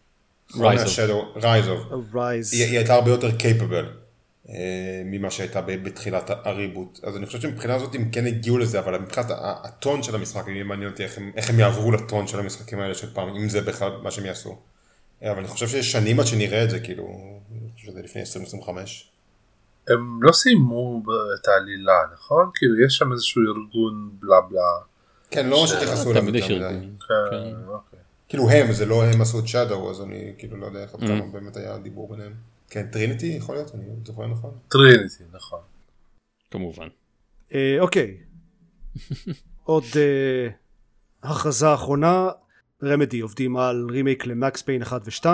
Rise. היא הייתה הרבה יותר capable ממה שהייתה בתחילת הריבוט. אז אני חושב שמבחינה הזאת הם כן הגיעו לזה, אבל מבחינת הטון של המשחק, אני מעניין אותי איך הם יעברו לטון של המשחקים האלה של פעם, אם זה בכלל מה שהם יעשו. אבל אני חושב שיש שנים עד שנראה את זה, כאילו, אני חושב שזה לפני 2025. הם לא סיימו את העלילה, נכון? כאילו יש שם איזשהו ארגון בלה בלה. כן, לא שתייחסו אליו יותר מדי. כאילו זה לא הם עשו את שדו, אז אני כאילו לא יודע איך כמה באמת היה דיבור ביניהם. כן, טריניטי יכול להיות, אני זוכר נכון? טריניטי, נכון. כמובן. אוקיי. עוד הכרזה אחרונה, רמדי עובדים על רימייק למקס פיין 1 ו-2.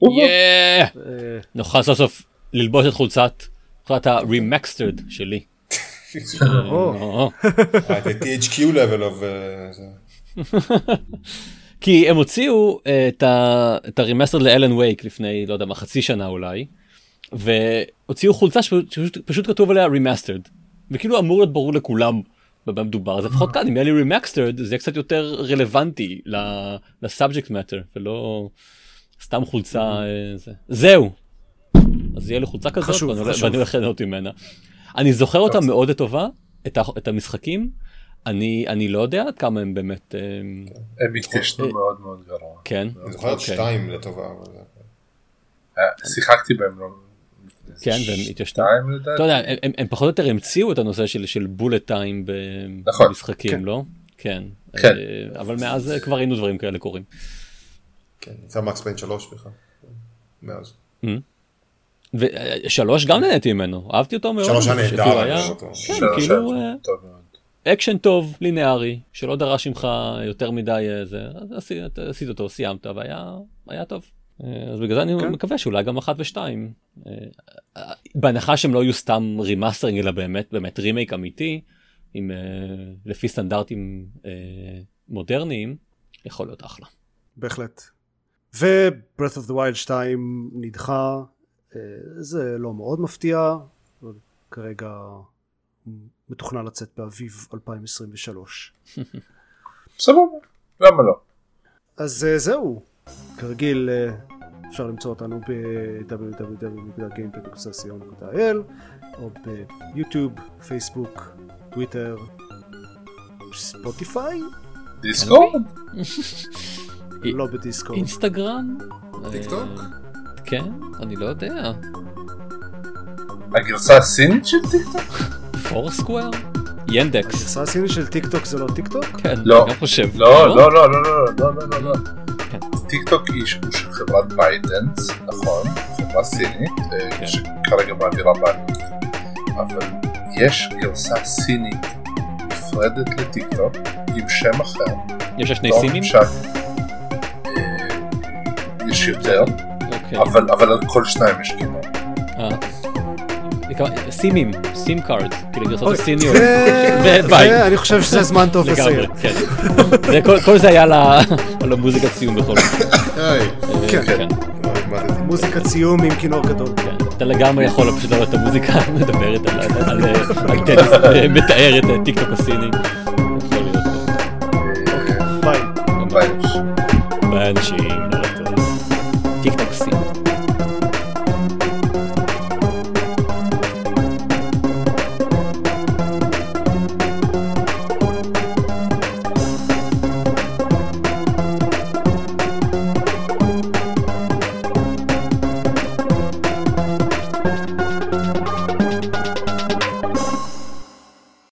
נוכל סוף סוף ללבוש את חולצת ה-remixed שלי. THQ level of... כי הם הוציאו את הרימאסטר לאלן וייק לפני, לא יודע מה, חצי שנה אולי, והוציאו חולצה שפשוט כתוב עליה רימאסטרד, וכאילו אמור להיות ברור לכולם במה מדובר, אז לפחות כאן, אם יהיה לי רימאסטרד, זה יהיה קצת יותר רלוונטי לסאבג'קט מאטר, ולא סתם חולצה, זהו. אז יהיה לי חולצה כזאת, ואני הולך ליהנות ממנה. אני זוכר אותה מאוד לטובה, את המשחקים, אני לא יודע עד כמה הם באמת... הם התיישנו מאוד מאוד גרוע. כן. אני זוכר את 2 לטובה. שיחקתי בהם לא... כן, והם התיישנו. אתה יודע, הם פחות או יותר המציאו את הנושא של בולט טיים במשחקים, לא? כן. אבל מאז כבר ראינו דברים כאלה קורים. כן, יצא מקס פיין 3 בכלל. מאז. ו3 גם נהניתי ממנו, אהבתי אותו מאוד. 3 הנהדר. כן, כאילו... אקשן טוב, לינארי, שלא דרש ממך יותר מדי זה, אז עשית אותו, סיימת, והיה טוב. אז בגלל זה אני מקווה שאולי גם 1 ו-2. בהנחה שהם לא יהיו סתם רימאסטרינג, אלא באמת רימייק אמיתי, לפי סטנדרטים מודרניים, יכול להיות אחלה. בהחלט. ו-Breath of the Wild 2 נדחה, זה לא מאוד מפתיע, כרגע... מתוכנן לצאת באביב 2023. סבבה, למה לא? אז זהו, כרגיל אפשר למצוא אותנו ב-www.gamepad.co.il או ביוטיוב, פייסבוק, טוויטר, ספוטיפיי? דיסקורד? לא בדיסקורד. אינסטגרם? טיקטוק? כן, אני לא יודע. הגרסה הסינית של טיקטוק? פורסקוואר? ינדקס. הגרסה הסינית של טיקטוק זה לא טיקטוק? כן, לא. אני חושב. לא. טיקטוק היא של חברת ביידנס, נכון, חברה סינית, שכרגע מעבירה בעלות. אבל יש גרסה סינית נפרדת לטיקטוק עם שם אחר. יש שני סינים? יש יותר, אבל על כל שניים יש כמעט. סימים, סים קארד, כאילו גרסות הסיניות. אני חושב שזה זמן טוב לסיים. כל זה היה על המוזיקת סיום בכל זאת. כן. מוזיקת סיום עם כינור גדול. אתה לגמרי יכול פשוט לראות את המוזיקה מדברת על טניס, מתאר את טיקטוק הסיני. יכול להיות. ביי. ביי אנשים, טיקטוק סיני.